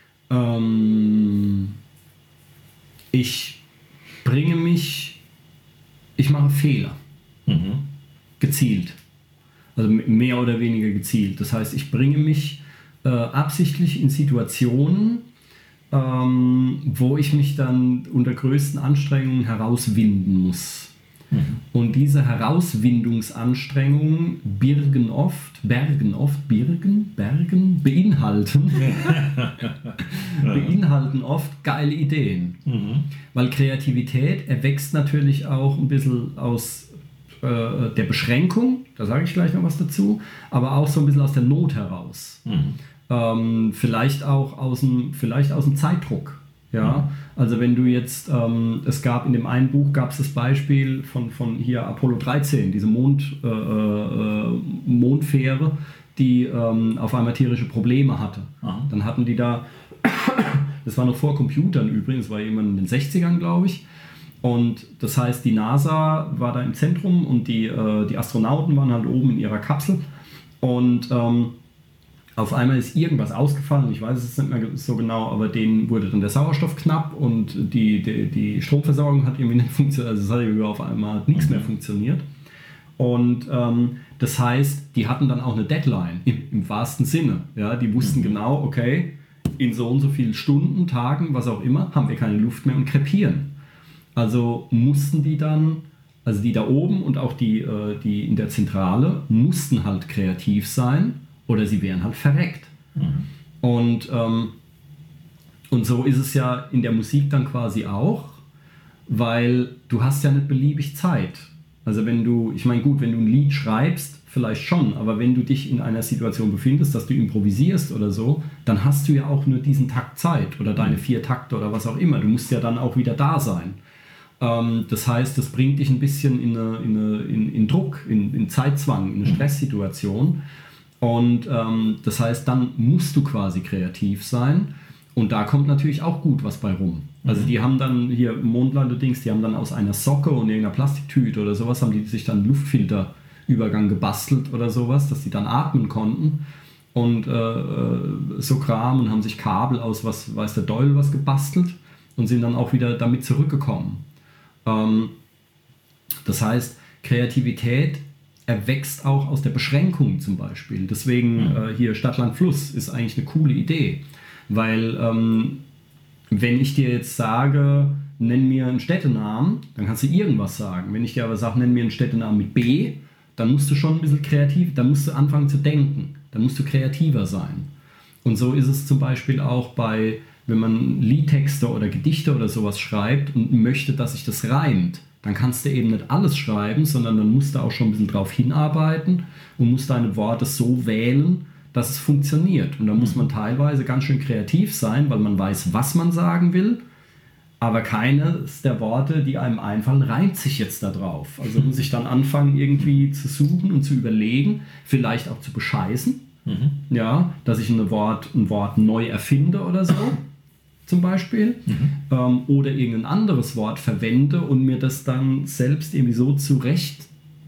Ähm, ich bringe mich, ich mache Fehler. Mhm. Gezielt. Also mehr oder weniger gezielt. Das heißt, ich bringe mich äh, absichtlich in Situationen, ähm, wo ich mich dann unter größten Anstrengungen herauswinden muss. Mhm. Und diese Herauswindungsanstrengungen birgen oft, bergen oft, birgen, bergen, beinhalten, beinhalten oft geile Ideen. Mhm. Weil Kreativität erwächst natürlich auch ein bisschen aus äh, der Beschränkung, da sage ich gleich noch was dazu, aber auch so ein bisschen aus der Not heraus. Mhm. Ähm, vielleicht auch aus dem, vielleicht aus dem Zeitdruck. Ja, also wenn du jetzt, ähm, es gab in dem einen Buch gab es das Beispiel von, von hier Apollo dreizehn, diese Mond, äh, äh, Mondfähre, die ähm, auf einmal tierische Probleme hatte. Aha. Dann hatten die da, das war noch vor Computern übrigens, war jemand in den sechzigern, glaube ich, Und das heißt, die NASA war da im Zentrum und die, äh, die Astronauten waren halt oben in ihrer Kapsel. Und ähm, auf einmal ist irgendwas ausgefallen, ich weiß es nicht mehr so genau, aber denen wurde dann der Sauerstoff knapp und die, die, die Stromversorgung hat irgendwie nicht funktioniert, also es hat irgendwie auf einmal hat nichts mehr funktioniert. Und ähm, das heißt, die hatten dann auch eine Deadline im, im wahrsten Sinne. Ja? Die wussten genau, okay, in so und so vielen Stunden, Tagen, was auch immer, haben wir keine Luft mehr und krepieren. Also mussten die dann, also die da oben und auch die, äh, die in der Zentrale, mussten halt kreativ sein oder sie wären halt verreckt. Mhm. Und, ähm, und so ist es ja in der Musik dann quasi auch, weil du hast ja nicht beliebig Zeit. Also wenn du, ich meine gut, wenn du ein Lied schreibst, vielleicht schon, aber wenn du dich in einer Situation befindest, dass du improvisierst oder so, dann hast du ja auch nur diesen Takt Zeit oder deine vier Takte oder was auch immer. Du musst ja dann auch wieder da sein. Ähm, das heißt, das bringt dich ein bisschen in, eine, in, eine, in, in Druck, in, in Zeitzwang, in eine Stresssituation. Und ähm, das heißt, dann musst du quasi kreativ sein. Und da kommt natürlich auch gut was bei rum. Also die haben dann hier Mondlande-Dings, die haben dann aus einer Socke und irgendeiner Plastiktüte oder sowas, haben die sich dann einen Luftfilterübergang gebastelt oder sowas, dass die dann atmen konnten und äh, so Kram und haben sich Kabel aus, was weiß der Doll, was gebastelt und sind dann auch wieder damit zurückgekommen. Ähm, das heißt, Kreativität erwächst auch aus der Beschränkung zum Beispiel. Deswegen äh, hier Stadt, Land, Fluss ist eigentlich eine coole Idee, weil ähm, wenn ich dir jetzt sage, nenn mir einen Städtenamen, dann kannst du irgendwas sagen. Wenn ich dir aber sage, nenn mir einen Städtenamen mit B, dann musst du schon ein bisschen kreativ, dann musst du anfangen zu denken, dann musst du kreativer sein. Und so ist es zum Beispiel auch bei, wenn man Liedtexte oder Gedichte oder sowas schreibt und möchte, dass sich das reimt, dann kannst du eben nicht alles schreiben, sondern dann musst du auch schon ein bisschen drauf hinarbeiten und musst deine Worte so wählen, dass es funktioniert. Und da muss man teilweise ganz schön kreativ sein, weil man weiß, was man sagen will, aber keines der Worte, die einem einfallen, reimt sich jetzt da drauf. Also muss ich dann anfangen, irgendwie zu suchen und zu überlegen, vielleicht auch zu bescheißen, mhm. ja, dass ich ein Wort, ein Wort neu erfinde oder so, zum Beispiel, mhm. ähm, oder irgendein anderes Wort verwende und mir das dann selbst irgendwie so zurecht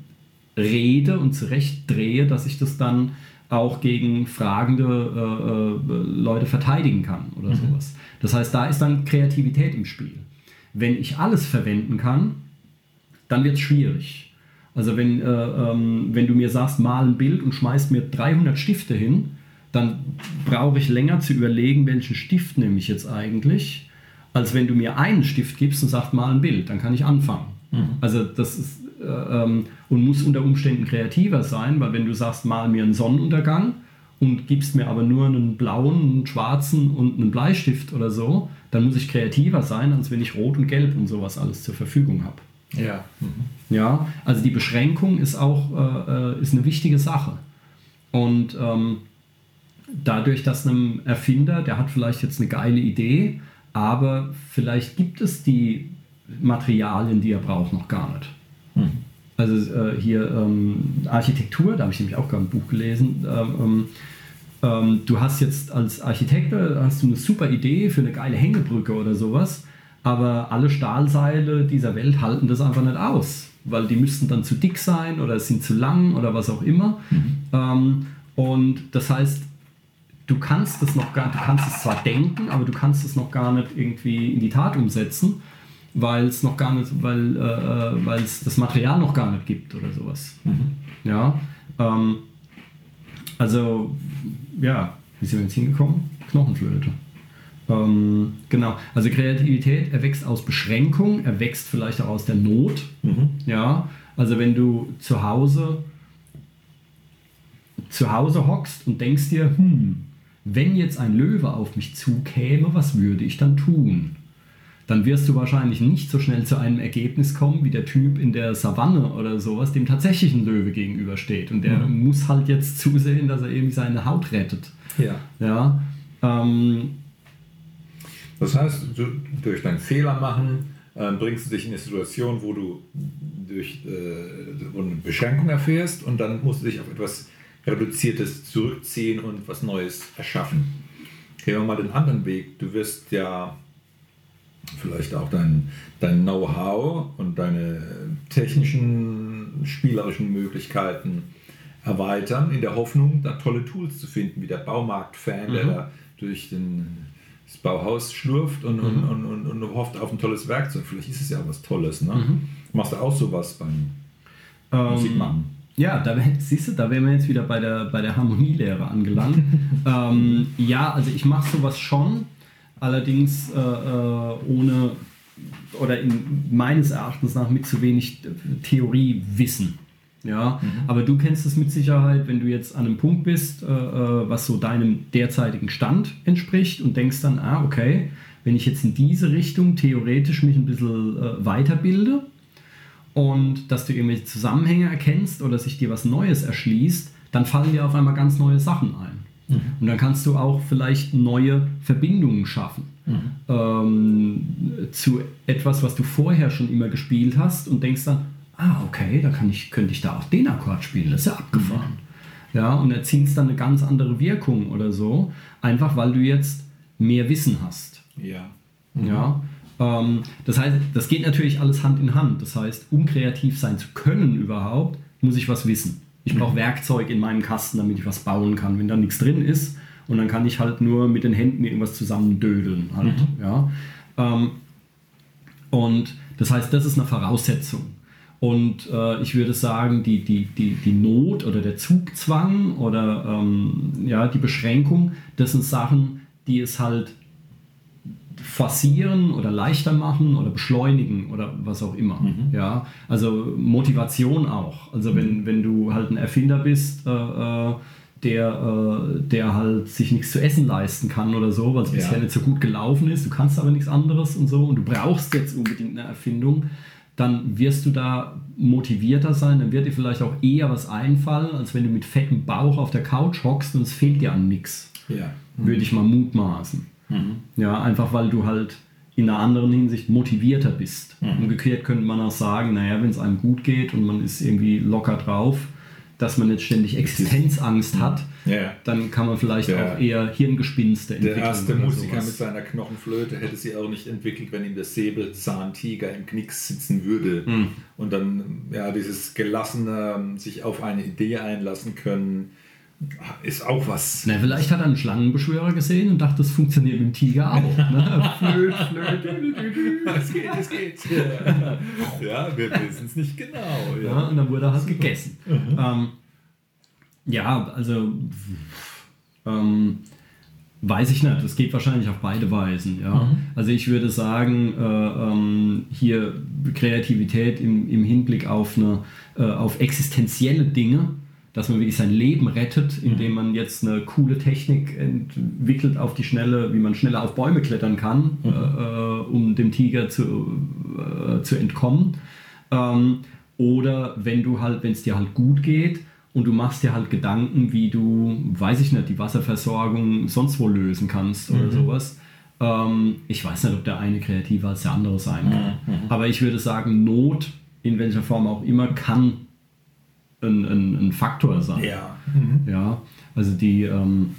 rede und zurecht drehe, dass ich das dann auch gegen fragende äh, äh, Leute verteidigen kann oder mhm. sowas. Das heißt, da ist dann Kreativität im Spiel. Wenn ich alles verwenden kann, dann wird es schwierig. Also wenn, äh, ähm, wenn du mir sagst, mal ein Bild und schmeißt mir dreihundert Stifte hin, dann brauche ich länger zu überlegen, welchen Stift nehme ich jetzt eigentlich, als wenn du mir einen Stift gibst und sagst, mal ein Bild, dann kann ich anfangen. Mhm. Also das ist ähm, und muss unter Umständen kreativer sein, weil wenn du sagst, mal mir einen Sonnenuntergang und gibst mir aber nur einen blauen, einen schwarzen und einen Bleistift oder so, dann muss ich kreativer sein, als wenn ich Rot und Gelb und sowas alles zur Verfügung habe. Ja. Mhm. Ja, also die Beschränkung ist auch äh, ist eine wichtige Sache. Und ähm, dadurch, dass einem Erfinder, der hat vielleicht jetzt eine geile Idee, aber vielleicht gibt es die Materialien, die er braucht, noch gar nicht. Hm. Also äh, hier ähm, Architektur, da habe ich nämlich auch gerade ein Buch gelesen. Ähm, ähm, du hast jetzt als Architekt hast du eine super Idee für eine geile Hängebrücke oder sowas, aber alle Stahlseile dieser Welt halten das einfach nicht aus, weil die müssten dann zu dick sein oder sind zu lang oder was auch immer. Mhm. Ähm, und das heißt, du kannst es noch gar, du kannst es zwar denken, aber du kannst es noch gar nicht irgendwie in die Tat umsetzen, weil es noch gar nicht, weil äh, weil es das Material noch gar nicht gibt oder sowas. Mhm. Ja, ähm, also ja, wie sind wir jetzt hingekommen? Knochenflöte. Ähm, genau, also Kreativität erwächst aus Beschränkung, erwächst vielleicht auch aus der Not. Mhm. Ja, also wenn du zu Hause zu Hause hockst und denkst dir, hm, wenn jetzt ein Löwe auf mich zukäme, was würde ich dann tun? Dann wirst du wahrscheinlich nicht so schnell zu einem Ergebnis kommen, wie der Typ in der Savanne oder sowas, dem tatsächlich ein Löwe gegenübersteht. Und der mhm. muss halt jetzt zusehen, dass er irgendwie seine Haut rettet. Ja. Ja. Ähm, das heißt, du, durch deinen Fehler machen äh, bringst du dich in eine Situation, wo du durch äh, eine Beschränkung erfährst und dann musst du dich auf etwas Reduziertes zurückziehen und was Neues erschaffen. Gehen wir mal den anderen Weg. Du wirst ja vielleicht auch dein, dein Know-how und deine technischen, spielerischen Möglichkeiten erweitern, in der Hoffnung, da tolle Tools zu finden, wie der Baumarkt-Fan, mhm. der da durch den, das Bauhaus schlurft und, mhm. und, und, und, und hofft auf ein tolles Werkzeug. Vielleicht ist es ja auch was Tolles. Ne? Mhm. Machst du auch sowas beim ähm, Musik machen? Ja, da, siehst du, da wären wir jetzt wieder bei der, bei der Harmonielehre angelangt. ähm, ja, also ich mache sowas schon, allerdings äh, ohne oder in, meines Erachtens nach mit zu wenig Theoriewissen. Ja, mhm. aber du kennst es mit Sicherheit, wenn du jetzt an einem Punkt bist, äh, was so deinem derzeitigen Stand entspricht und denkst dann, ah, okay, wenn ich jetzt in diese Richtung theoretisch mich ein bisschen äh, weiterbilde und dass du irgendwelche Zusammenhänge erkennst oder sich dir was Neues erschließt, dann fallen dir auf einmal ganz neue Sachen ein. Mhm. Und dann kannst du auch vielleicht neue Verbindungen schaffen mhm. ähm, zu etwas, was du vorher schon immer gespielt hast und denkst dann, ah, okay, da kann ich, könnte ich da auch den Akkord spielen, das ist ja abgefahren. Mhm. Ja, und erzielst dann eine ganz andere Wirkung oder so, einfach weil du jetzt mehr Wissen hast. Ja. Mhm. Ja, ähm, das heißt, das geht natürlich alles Hand in Hand. Das heißt, um kreativ sein zu können überhaupt, muss ich was wissen. Ich brauche mhm. Werkzeug in meinem Kasten, damit ich was bauen kann. Wenn da nichts drin ist, und dann kann ich halt nur mit den Händen irgendwas zusammendödeln. Halt, mhm. ja. ähm, und das heißt, das ist eine Voraussetzung. Und äh, ich würde sagen, die, die, die, die Not oder der Zugzwang oder ähm, ja, die Beschränkung, das sind Sachen, die es halt forcieren oder leichter machen oder beschleunigen oder was auch immer. Mhm. Ja? Also Motivation auch. Also wenn, wenn du halt ein Erfinder bist, äh, der, äh, der halt sich nichts zu essen leisten kann oder so, weil es ja. bisher nicht so gut gelaufen ist, du kannst aber nichts anderes und so und du brauchst jetzt unbedingt eine Erfindung, dann wirst du da motivierter sein, dann wird dir vielleicht auch eher was einfallen, als wenn du mit fettem Bauch auf der Couch hockst und es fehlt dir an nichts. Ja. Mhm. Würde ich mal mutmaßen. Mhm. Ja, einfach weil du halt in einer anderen Hinsicht motivierter bist. Mhm. Umgekehrt könnte man auch sagen, naja, wenn es einem gut geht und man ist irgendwie locker drauf, dass man jetzt ständig Existenzangst hat, ja. dann kann man vielleicht der, auch eher Hirngespinste entwickeln. Der erste Musiker sowas. Mit seiner Knochenflöte hätte sie auch nicht entwickelt, wenn ihm der Säbelzahntiger im Knicks sitzen würde. Mhm. Und dann ja dieses gelassene, sich auf eine Idee einlassen können, ist auch was. Na, vielleicht hat er einen Schlangenbeschwörer gesehen und dachte, das funktioniert mit dem Tiger auch. Ne? Flöt, flöt, es geht, es geht. Ja, ja wir wissen es nicht genau. Ja. Ja, und dann wurde er halt gegessen. Mhm. Ähm, ja, also ähm, weiß ich nicht. Das geht wahrscheinlich auf beide Weisen. Ja? Mhm. Also ich würde sagen, äh, ähm, hier Kreativität im, im Hinblick auf, eine, äh, auf existenzielle Dinge, dass man wirklich sein Leben rettet, indem man jetzt eine coole Technik entwickelt auf die Schnelle, wie man schneller auf Bäume klettern kann, mhm. äh, um dem Tiger zu, äh, zu entkommen. Ähm, oder wenn du halt, wenn es dir halt gut geht und du machst dir halt Gedanken, wie du, weiß ich nicht, die Wasserversorgung sonst wo lösen kannst oder mhm. sowas. Ähm, ich weiß nicht, ob der eine kreativer als der andere sein kann. Mhm. Aber ich würde sagen, Not, in welcher Form auch immer, kann Ein, ein, ein Faktor sein. Ja. Mhm. Ja, also die, ähm,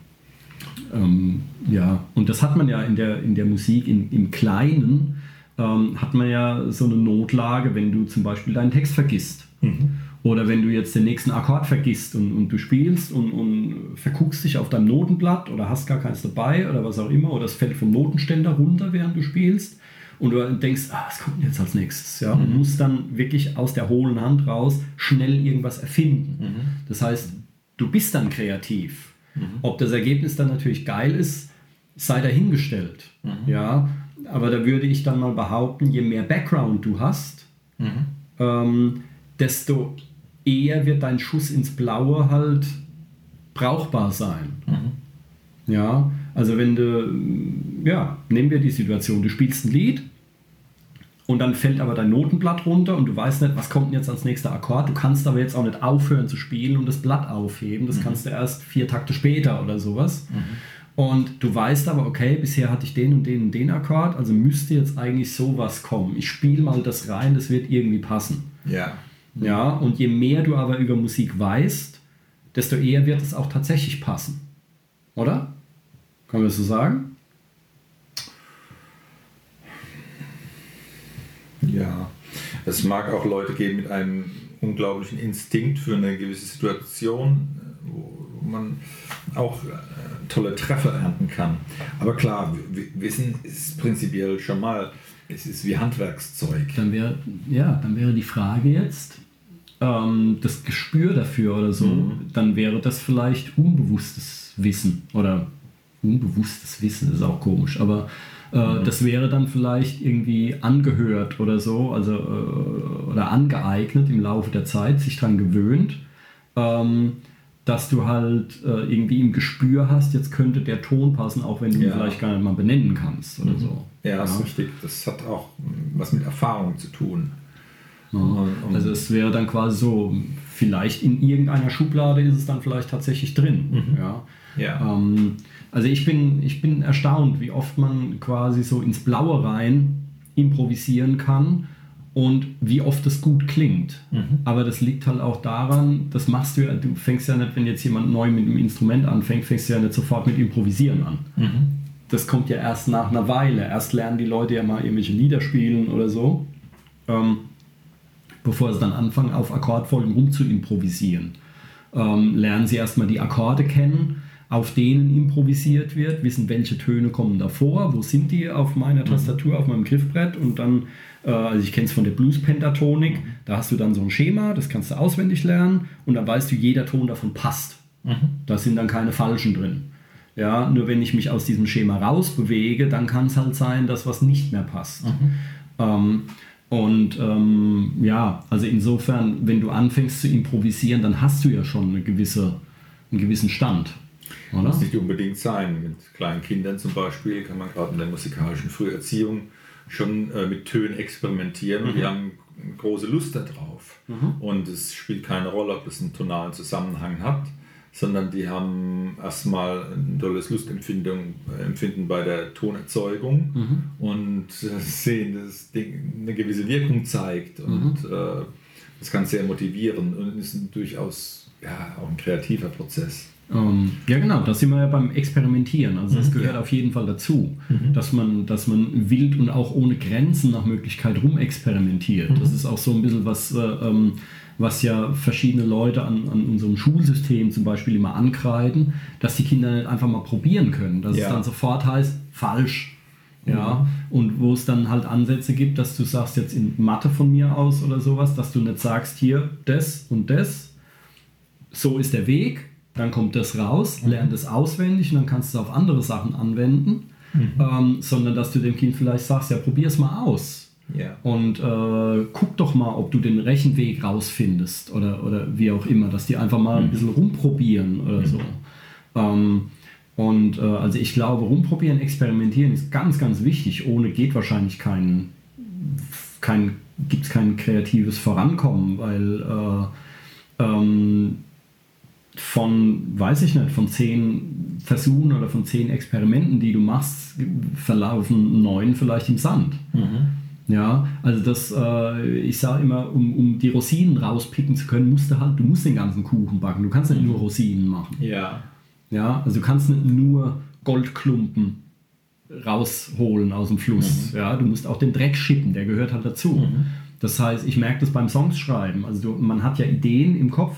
ähm, ja, und das hat man ja in der, in der Musik, in, im Kleinen, ähm, hat man ja so eine Notlage, wenn du zum Beispiel deinen Text vergisst. Mhm. Oder wenn du jetzt den nächsten Akkord vergisst und, und du spielst und, und verguckst dich auf deinem Notenblatt oder hast gar keins dabei oder was auch immer, oder es fällt vom Notenständer runter, während du spielst. Und du denkst, ah, was kommt denn jetzt als nächstes? Ja? Und musst dann wirklich aus der hohlen Hand raus schnell irgendwas erfinden. Mhm. Das heißt, du bist dann kreativ. Mhm. Ob das Ergebnis dann natürlich geil ist, sei dahingestellt. Mhm. Ja? Aber da würde ich dann mal behaupten, je mehr Background du hast, mhm. ähm, desto eher wird dein Schuss ins Blaue halt brauchbar sein. Mhm. Ja, also wenn du, ja, nehmen wir die Situation, du spielst ein Lied und dann fällt aber dein Notenblatt runter und du weißt nicht, was kommt denn jetzt als nächster Akkord. Du kannst aber jetzt auch nicht aufhören zu spielen und das Blatt aufheben. Das mhm. kannst du erst vier Takte später oder sowas. Mhm. Und du weißt aber, okay, bisher hatte ich den und den und den Akkord, also müsste jetzt eigentlich sowas kommen. Ich spiele mal das rein, das wird irgendwie passen. Ja. Ja, und je mehr du aber über Musik weißt, desto eher wird es auch tatsächlich passen. Oder? Kann man das so sagen? Ja, es mag auch Leute geben mit einem unglaublichen Instinkt für eine gewisse Situation, wo man auch äh, tolle Treffer ernten kann. Aber klar, Wissen ist prinzipiell schon mal, es ist wie Handwerkszeug. Dann wäre, ja, dann wäre die Frage jetzt, ähm, das Gespür dafür oder so, mhm. dann wäre das vielleicht unbewusstes Wissen oder unbewusstes Wissen, ist auch komisch, aber äh, mhm. das wäre dann vielleicht irgendwie angehört oder so, also äh, oder angeeignet im Laufe der Zeit, sich daran gewöhnt, ähm, dass du halt äh, irgendwie im Gespür hast, jetzt könnte der Ton passen, auch wenn du ihn ja. vielleicht gar nicht mal benennen kannst oder so. Ja, das ja. ist richtig. Das hat auch was mit Erfahrung zu tun. Ja. Und, und also es wäre dann quasi so, vielleicht in irgendeiner Schublade ist es dann vielleicht tatsächlich drin. Mhm. Ja. Ja. Ähm, also ich bin, ich bin erstaunt, wie oft man quasi so ins Blaue rein improvisieren kann und wie oft das gut klingt. Mhm. Aber das liegt halt auch daran, das machst du ja, du fängst ja nicht, wenn jetzt jemand neu mit einem Instrument anfängt, fängst du ja nicht sofort mit Improvisieren an. Mhm. Das kommt ja erst nach einer Weile. Erst lernen die Leute ja mal irgendwelche Lieder spielen oder so, ähm, bevor sie dann anfangen, auf Akkordfolgen rum zu improvisieren. Ähm, lernen sie erstmal die Akkorde kennen, auf denen improvisiert wird, wissen, welche Töne kommen davor, wo sind die auf meiner Tastatur, auf meinem Griffbrett und dann, äh, also ich kenne es von der Blues-Pentatonik, da hast du dann so ein Schema, das kannst du auswendig lernen und dann weißt du, jeder Ton davon passt. Mhm. Da sind dann keine Falschen drin. Ja, nur wenn ich mich aus diesem Schema rausbewege, dann kann es halt sein, dass was nicht mehr passt. Mhm. Ähm, und ähm, ja, also insofern, wenn du anfängst zu improvisieren, dann hast du ja schon eine gewisse, einen gewissen Stand. Oder? Muss nicht unbedingt sein. Mit kleinen Kindern zum Beispiel kann man gerade in der musikalischen Früherziehung schon äh, mit Tönen experimentieren, mhm. und die haben große Lust darauf. Mhm. Und es spielt keine Rolle, ob es einen tonalen Zusammenhang hat, sondern die haben erstmal ein tolles Lustempfinden Empfinden bei der Tonerzeugung mhm. und äh, sehen, dass das Ding eine gewisse Wirkung zeigt. Und mhm. äh, das kann sehr motivieren und ist durchaus ja, auch ein kreativer Prozess. Ähm, ja genau, da sind wir ja beim Experimentieren, also das Mhm, gehört ja. auf jeden Fall dazu, Mhm. dass man, dass man wild und auch ohne Grenzen nach Möglichkeit rumexperimentiert. Mhm. Das ist auch so ein bisschen was, äh, ähm, was ja verschiedene Leute an, an unserem Schulsystem zum Beispiel immer ankreiden, dass die Kinder nicht einfach mal probieren können, dass Ja. es dann sofort heißt, falsch. Ja, und wo es dann halt Ansätze gibt, dass du sagst jetzt in Mathe von mir aus oder sowas, dass du nicht sagst, hier das und das, so ist der Weg, dann kommt das raus, Mhm. lern das auswendig und dann kannst du es auf andere Sachen anwenden, Mhm. ähm, sondern dass du dem Kind vielleicht sagst, ja, probier es mal aus Ja. und äh, guck doch mal, ob du den Rechenweg rausfindest oder, oder wie auch immer, dass die einfach mal ein bisschen rumprobieren oder Mhm. so. Ähm, und äh, also ich glaube, rumprobieren, experimentieren ist ganz, ganz wichtig. Ohne geht wahrscheinlich kein, kein gibt es kein kreatives Vorankommen, weil äh, ähm, von, weiß ich nicht, von zehn Versuchen oder von zehn Experimenten, die du machst, verlaufen neun vielleicht im Sand. Mhm. Ja, also das, äh, ich sage immer, um, um die Rosinen rauspicken zu können, musst du halt, du musst den ganzen Kuchen backen. Du kannst nicht nur Rosinen machen. Ja. Ja, also du kannst nicht nur Goldklumpen rausholen aus dem Fluss. Mhm. Ja, du musst auch den Dreck schippen, der gehört halt dazu. Mhm. Das heißt, ich merke das beim Songs schreiben. Also du, man hat ja Ideen im Kopf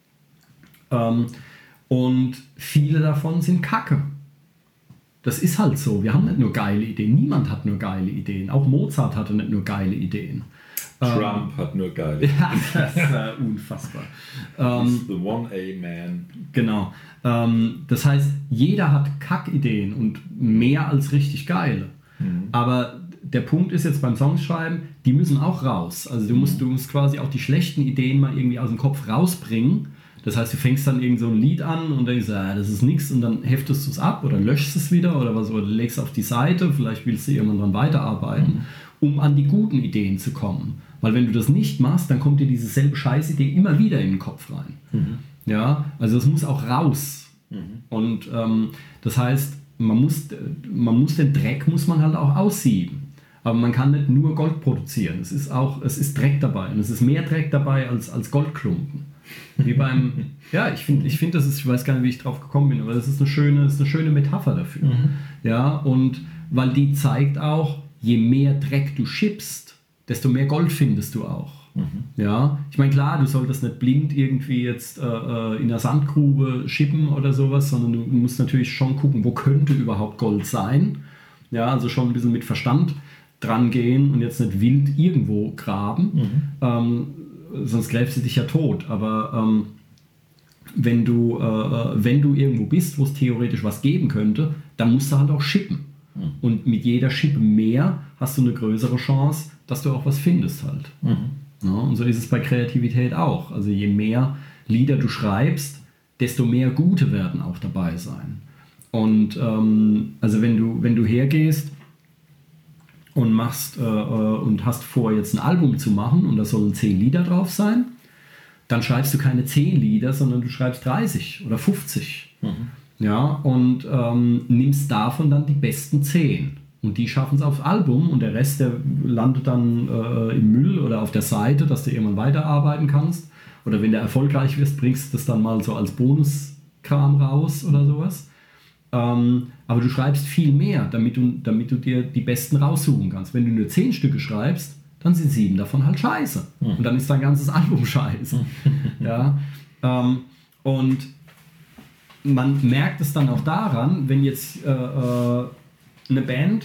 ähm, und viele davon sind Kacke. Das ist halt so. Wir haben nicht nur geile Ideen. Niemand hat nur geile Ideen. Auch Mozart hatte nicht nur geile Ideen. Trump ähm, hat nur geile Ideen. Ja, das ist äh, unfassbar. Ähm, the one A man. Genau. Ähm, das heißt, jeder hat Kackideen und mehr als richtig geile. Mhm. Aber der Punkt ist jetzt beim Songschreiben, die müssen auch raus. Also du musst, du musst quasi auch die schlechten Ideen mal irgendwie aus dem Kopf rausbringen. Das heißt, du fängst dann irgend so ein Lied an und denkst, ah, das ist nichts und dann heftest du es ab oder löschst es wieder oder was oder legst es auf die Seite, vielleicht willst du irgendwann dran weiterarbeiten, mhm. um an die guten Ideen zu kommen. Weil wenn du das nicht machst, dann kommt dir diese selbe Scheißidee immer wieder in den Kopf rein. Mhm. Ja, also es muss auch raus. Mhm. Und ähm, das heißt, man muss, man muss den Dreck muss man halt auch aussieben. Aber man kann nicht nur Gold produzieren. Es ist auch, es ist Dreck dabei. Und es ist mehr Dreck dabei als, als Goldklumpen. Wie beim, ja, ich finde, ich find, das ist, ich weiß gar nicht, wie ich drauf gekommen bin, aber das ist eine schöne, das ist eine schöne Metapher dafür. Mhm. Ja, und weil die zeigt auch, je mehr Dreck du schippst, desto mehr Gold findest du auch. Mhm. Ja, ich meine, klar, du solltest nicht blind irgendwie jetzt äh, in der Sandgrube schippen oder sowas, sondern du musst natürlich schon gucken, wo könnte überhaupt Gold sein. Ja, also schon ein bisschen mit Verstand dran gehen und jetzt nicht wild irgendwo graben, mhm. ähm, sonst gräbst du dich ja tot. Aber ähm, wenn du, äh, wenn du irgendwo bist, wo es theoretisch was geben könnte, dann musst du halt auch schippen. Mhm. Und mit jeder Schippe mehr hast du eine größere Chance, dass du auch was findest halt. Mhm. Ja, und so ist es bei Kreativität auch. Also je mehr Lieder du schreibst, desto mehr gute werden auch dabei sein. Und ähm, also wenn du, wenn du hergehst und machst äh, und hast vor, jetzt ein Album zu machen und da sollen zehn Lieder drauf sein, dann schreibst du keine zehn Lieder, sondern du schreibst dreißig oder fünfzig. Mhm. Ja, und ähm, nimmst davon dann die besten zehn. Und die schaffen es aufs Album und der Rest, der landet dann äh, im Müll oder auf der Seite, dass du irgendwann weiterarbeiten kannst. Oder wenn du erfolgreich wirst, bringst du das dann mal so als Bonuskram raus oder sowas. Ähm, aber du schreibst viel mehr, damit du, damit du dir die besten raussuchen kannst. Wenn du nur zehn Stücke schreibst, dann sind sieben davon halt scheiße. Mhm. Und dann ist dein ganzes Album scheiße. Ja, ähm, und man merkt es dann auch daran, wenn jetzt äh, äh, eine Band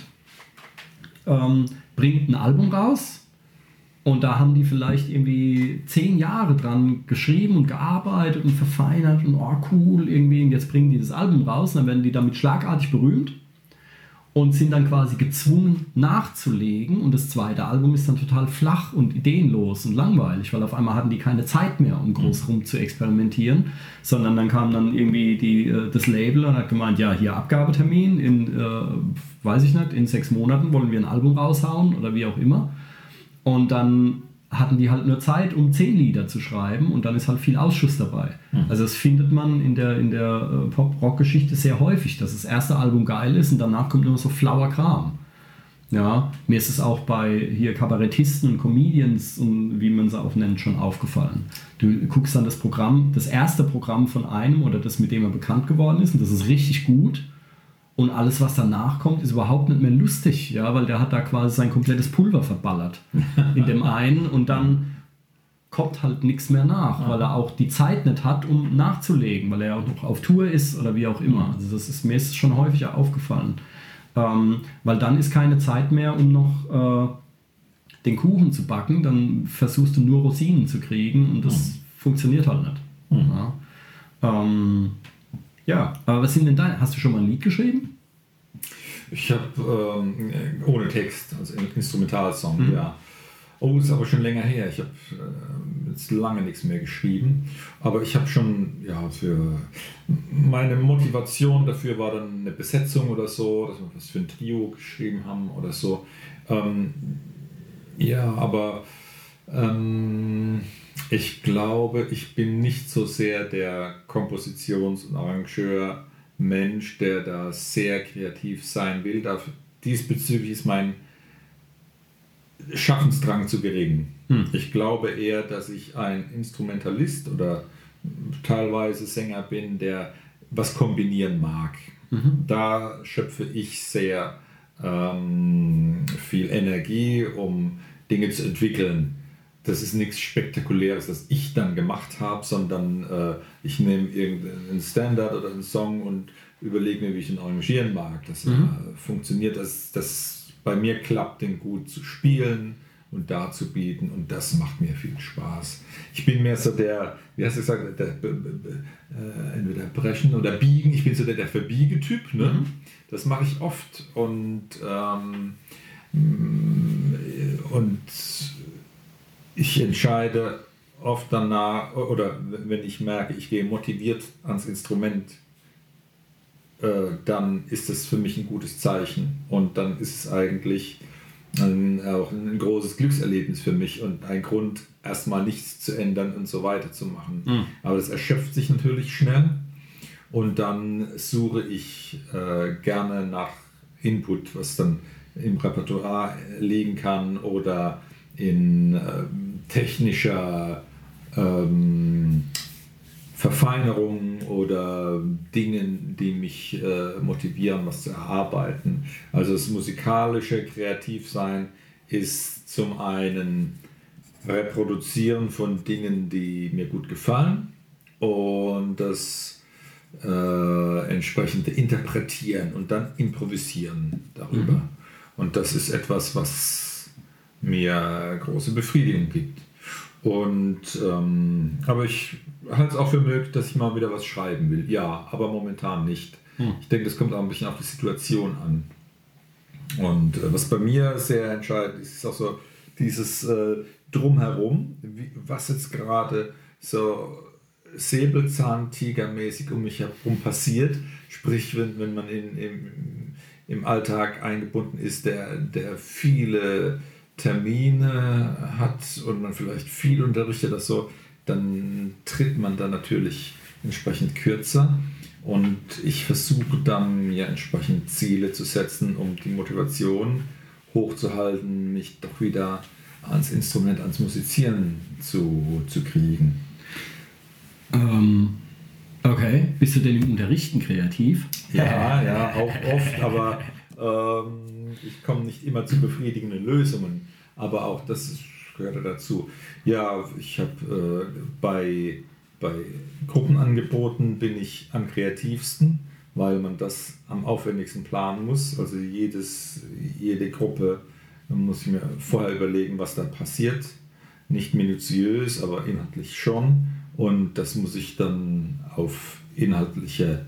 ähm, bringt ein Album raus und da haben die vielleicht irgendwie zehn Jahre dran geschrieben und gearbeitet und verfeinert und oh cool irgendwie und jetzt bringen die das Album raus und dann werden die damit schlagartig berühmt und sind dann quasi gezwungen nachzulegen und das zweite Album ist dann total flach und ideenlos und langweilig, weil auf einmal hatten die keine Zeit mehr, um groß rum zu experimentieren, sondern dann kam dann irgendwie die, das Label und hat gemeint, ja, hier Abgabetermin, in, äh, weiß ich nicht, in sechs Monaten wollen wir ein Album raushauen oder wie auch immer. Und dann hatten die halt nur Zeit, um zehn Lieder zu schreiben und dann ist halt viel Ausschuss dabei. Mhm. Also das findet man in der, in der Pop-Rock-Geschichte sehr häufig, dass das erste Album geil ist und danach kommt nur so flauer Kram. Ja, mir ist es auch bei hier Kabarettisten und Comedians und wie man sie auch nennt, schon aufgefallen. Du guckst dann das Programm, das erste Programm von einem oder das, mit dem er bekannt geworden ist und das ist richtig gut. Und alles, was danach kommt, ist überhaupt nicht mehr lustig, ja, weil der hat da quasi sein komplettes Pulver verballert in dem einen und dann kommt halt nichts mehr nach, ja. weil er auch die Zeit nicht hat, um nachzulegen, weil er ja auch noch auf Tour ist oder wie auch immer. Also das ist mir ist schon häufiger aufgefallen, ähm, weil dann ist keine Zeit mehr, um noch äh, den Kuchen zu backen, dann versuchst du nur Rosinen zu kriegen und das mhm. funktioniert halt nicht. Mhm. Ja. Ähm, Ja, aber was sind denn deine? Hast du schon mal ein Lied geschrieben? Ich habe ähm, ohne Text, also ein Instrumentalsong, mhm. ja. Oh, ist aber schon länger her. Ich habe äh, jetzt lange nichts mehr geschrieben. Aber ich habe schon, ja, für meine Motivation dafür war dann eine Besetzung oder so, dass wir was für ein Trio geschrieben haben oder so. Ähm, ja, aber ähm, ich glaube, ich bin nicht so sehr der Kompositions- und Arrangeur-Mensch, der da sehr kreativ sein will. Dafür, diesbezüglich ist mein Schaffensdrang zu gering. Hm. Ich glaube eher, dass ich ein Instrumentalist oder teilweise Sänger bin, der was kombinieren mag. Mhm. Da schöpfe ich sehr ähm, viel Energie, um Dinge zu entwickeln. Das ist nichts Spektakuläres, das ich dann gemacht habe, sondern äh, ich nehme irgendeinen Standard oder einen Song und überlege mir, wie ich ihn arrangieren mag. Das mhm. äh, funktioniert, das, das bei mir klappt, den gut zu spielen und darzubieten und das macht mir viel Spaß. Ich bin mehr so der, wie hast du gesagt, der, der, äh, entweder brechen oder biegen, ich bin so der, der Verbiege-Typ, ne? Mhm. Das mache ich oft und ähm, und ich entscheide oft danach, oder wenn ich merke, ich gehe motiviert ans Instrument, äh, dann ist das für mich ein gutes Zeichen. Und dann ist es eigentlich ein, auch ein großes Glückserlebnis für mich und ein Grund, erstmal nichts zu ändern und so weiter zu machen. Mhm. Aber das erschöpft sich natürlich schnell und dann suche ich äh, gerne nach Input, was dann im Repertoire liegen kann oder in äh, technischer ähm, Verfeinerung oder Dingen, die mich äh, motivieren, was zu erarbeiten. Also das musikalische Kreativsein ist zum einen Reproduzieren von Dingen, die mir gut gefallen, und das äh, entsprechende Interpretieren und dann Improvisieren darüber. Mhm. Und das ist etwas, was mir große Befriedigung gibt. Und, ähm, aber ich halte es auch für möglich, dass ich mal wieder was schreiben will. Ja, aber momentan nicht. Mhm. Ich denke, das kommt auch ein bisschen auf die Situation an. Und äh, was bei mir sehr entscheidend ist, ist auch so dieses äh, Drumherum, wie, was jetzt gerade so Säbelzahntigermäßig um mich herum passiert. Sprich, wenn, wenn man in, im, im Alltag eingebunden ist, der, der viele Termine hat und man vielleicht viel unterrichtet, das so, dann tritt man da natürlich entsprechend kürzer. Und ich versuche dann mir entsprechend Ziele zu setzen, um die Motivation hochzuhalten, mich doch wieder ans Instrument, ans Musizieren zu, zu kriegen. Ähm, okay, bist du denn im Unterrichten kreativ? Ja, ja, auch oft, aber ähm, ich komme nicht immer zu befriedigenden Lösungen. Aber auch das gehört dazu. Ja, ich habe äh, bei Bei Gruppenangeboten bin ich am kreativsten, weil man das am aufwendigsten planen muss. Also jedes, jede Gruppe muss ich mir vorher überlegen, was da passiert. Nicht minutiös, aber inhaltlich schon. Und das muss ich dann auf inhaltliche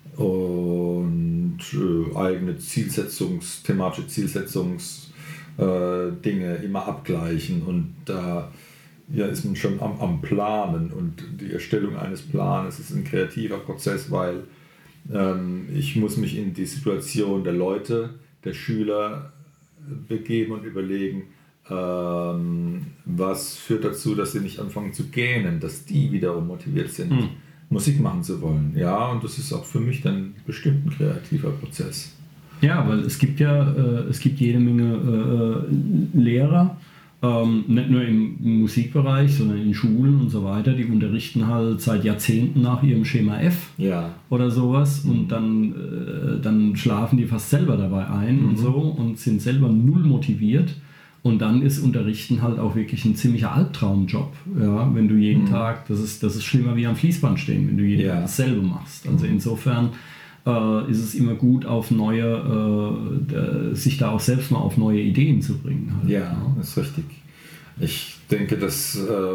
und äh, eigene Zielsetzungs-, thematische Zielsetzungsdinge äh, immer abgleichen. Und da ja, ist man schon am, am Planen, und die Erstellung eines Planes ist ein kreativer Prozess, weil ähm, ich muss mich in die Situation der Leute, der Schüler begeben und überlegen, ähm, was führt dazu, dass sie nicht anfangen zu gähnen, dass die wiederum motiviert sind, hm. Musik machen zu wollen. Ja, und das ist auch für mich dann bestimmt ein kreativer Prozess. Ja, weil es gibt ja äh, es gibt jede Menge äh, Lehrer, Ähm, nicht nur im Musikbereich, sondern in Schulen und so weiter, die unterrichten halt seit Jahrzehnten nach ihrem Schema F ja. oder sowas, mhm. und dann, äh, dann schlafen die fast selber dabei ein, mhm. und so, und sind selber null motiviert, und dann ist Unterrichten halt auch wirklich ein ziemlicher Albtraumjob, ja, wenn du jeden mhm. Tag, das ist, das ist schlimmer wie am Fließband stehen, wenn du jeden ja. Tag dasselbe machst. Also insofern äh, ist es immer gut, auf neue, äh, sich da auch selbst mal auf neue Ideen zu bringen. Halt. Ja, ja, das ist richtig. Ich denke, das äh,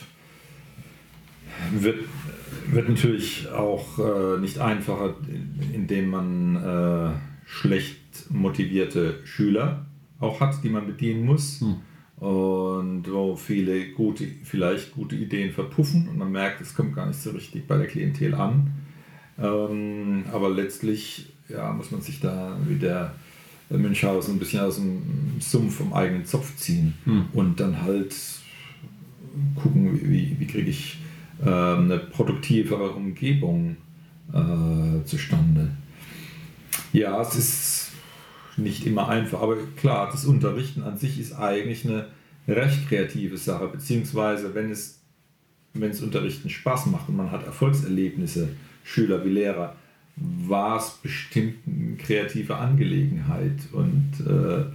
wird, wird natürlich auch äh, nicht einfacher, indem man äh, schlecht motivierte Schüler auch hat, die man bedienen muss. Hm. Und wo viele gute, vielleicht gute Ideen verpuffen und man merkt, es kommt gar nicht so richtig bei der Klientel an. Ähm, aber letztlich ja, muss man sich da wie der Münchhausen ein bisschen aus dem Sumpf vom eigenen Zopf ziehen, hm. und dann halt gucken, wie, wie kriege ich äh, eine produktivere Umgebung äh, zustande. Ja, es ist nicht immer einfach, aber klar, das Unterrichten an sich ist eigentlich eine recht kreative Sache, beziehungsweise wenn es, wenn es Unterrichten Spaß macht und man hat Erfolgserlebnisse, Schüler wie Lehrer, war es bestimmt eine kreative Angelegenheit, und äh,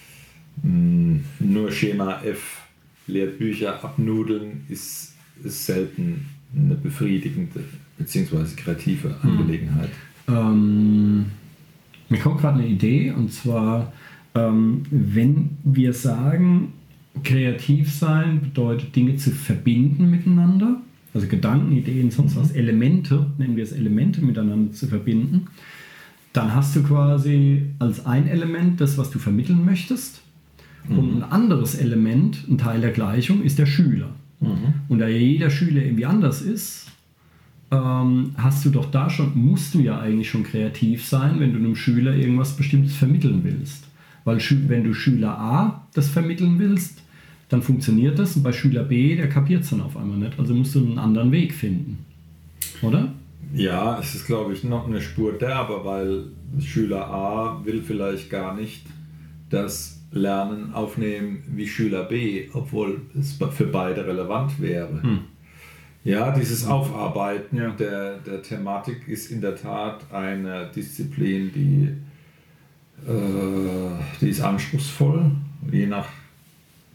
mh, nur Schema F, Lehrbücher abnudeln ist, ist selten eine befriedigende bzw. kreative Angelegenheit. Ähm, mir kommt gerade eine Idee, und zwar, ähm, wenn wir sagen, kreativ sein bedeutet, Dinge zu verbinden miteinander, also Gedanken, Ideen, sonst was, Elemente, nennen wir es Elemente, miteinander zu verbinden, dann hast du quasi als ein Element das, was du vermitteln möchtest, mhm. und ein anderes Element, ein Teil der Gleichung, ist der Schüler. Mhm. Und da jeder Schüler irgendwie anders ist, ähm, hast du doch da schon, musst du ja eigentlich schon kreativ sein, wenn du einem Schüler irgendwas Bestimmtes vermitteln willst. Weil wenn du Schüler A das vermitteln willst, dann funktioniert das, und bei Schüler B, der kapiert es dann auf einmal nicht. Also musst du einen anderen Weg finden. Oder? Ja, es ist, glaube ich, noch eine Spur derber, weil Schüler A will vielleicht gar nicht das Lernen aufnehmen wie Schüler B, obwohl es für beide relevant wäre. Hm. Ja, dieses Aufarbeiten ja. Der, der Thematik ist in der Tat eine Disziplin, die, äh, die ist anspruchsvoll, je nach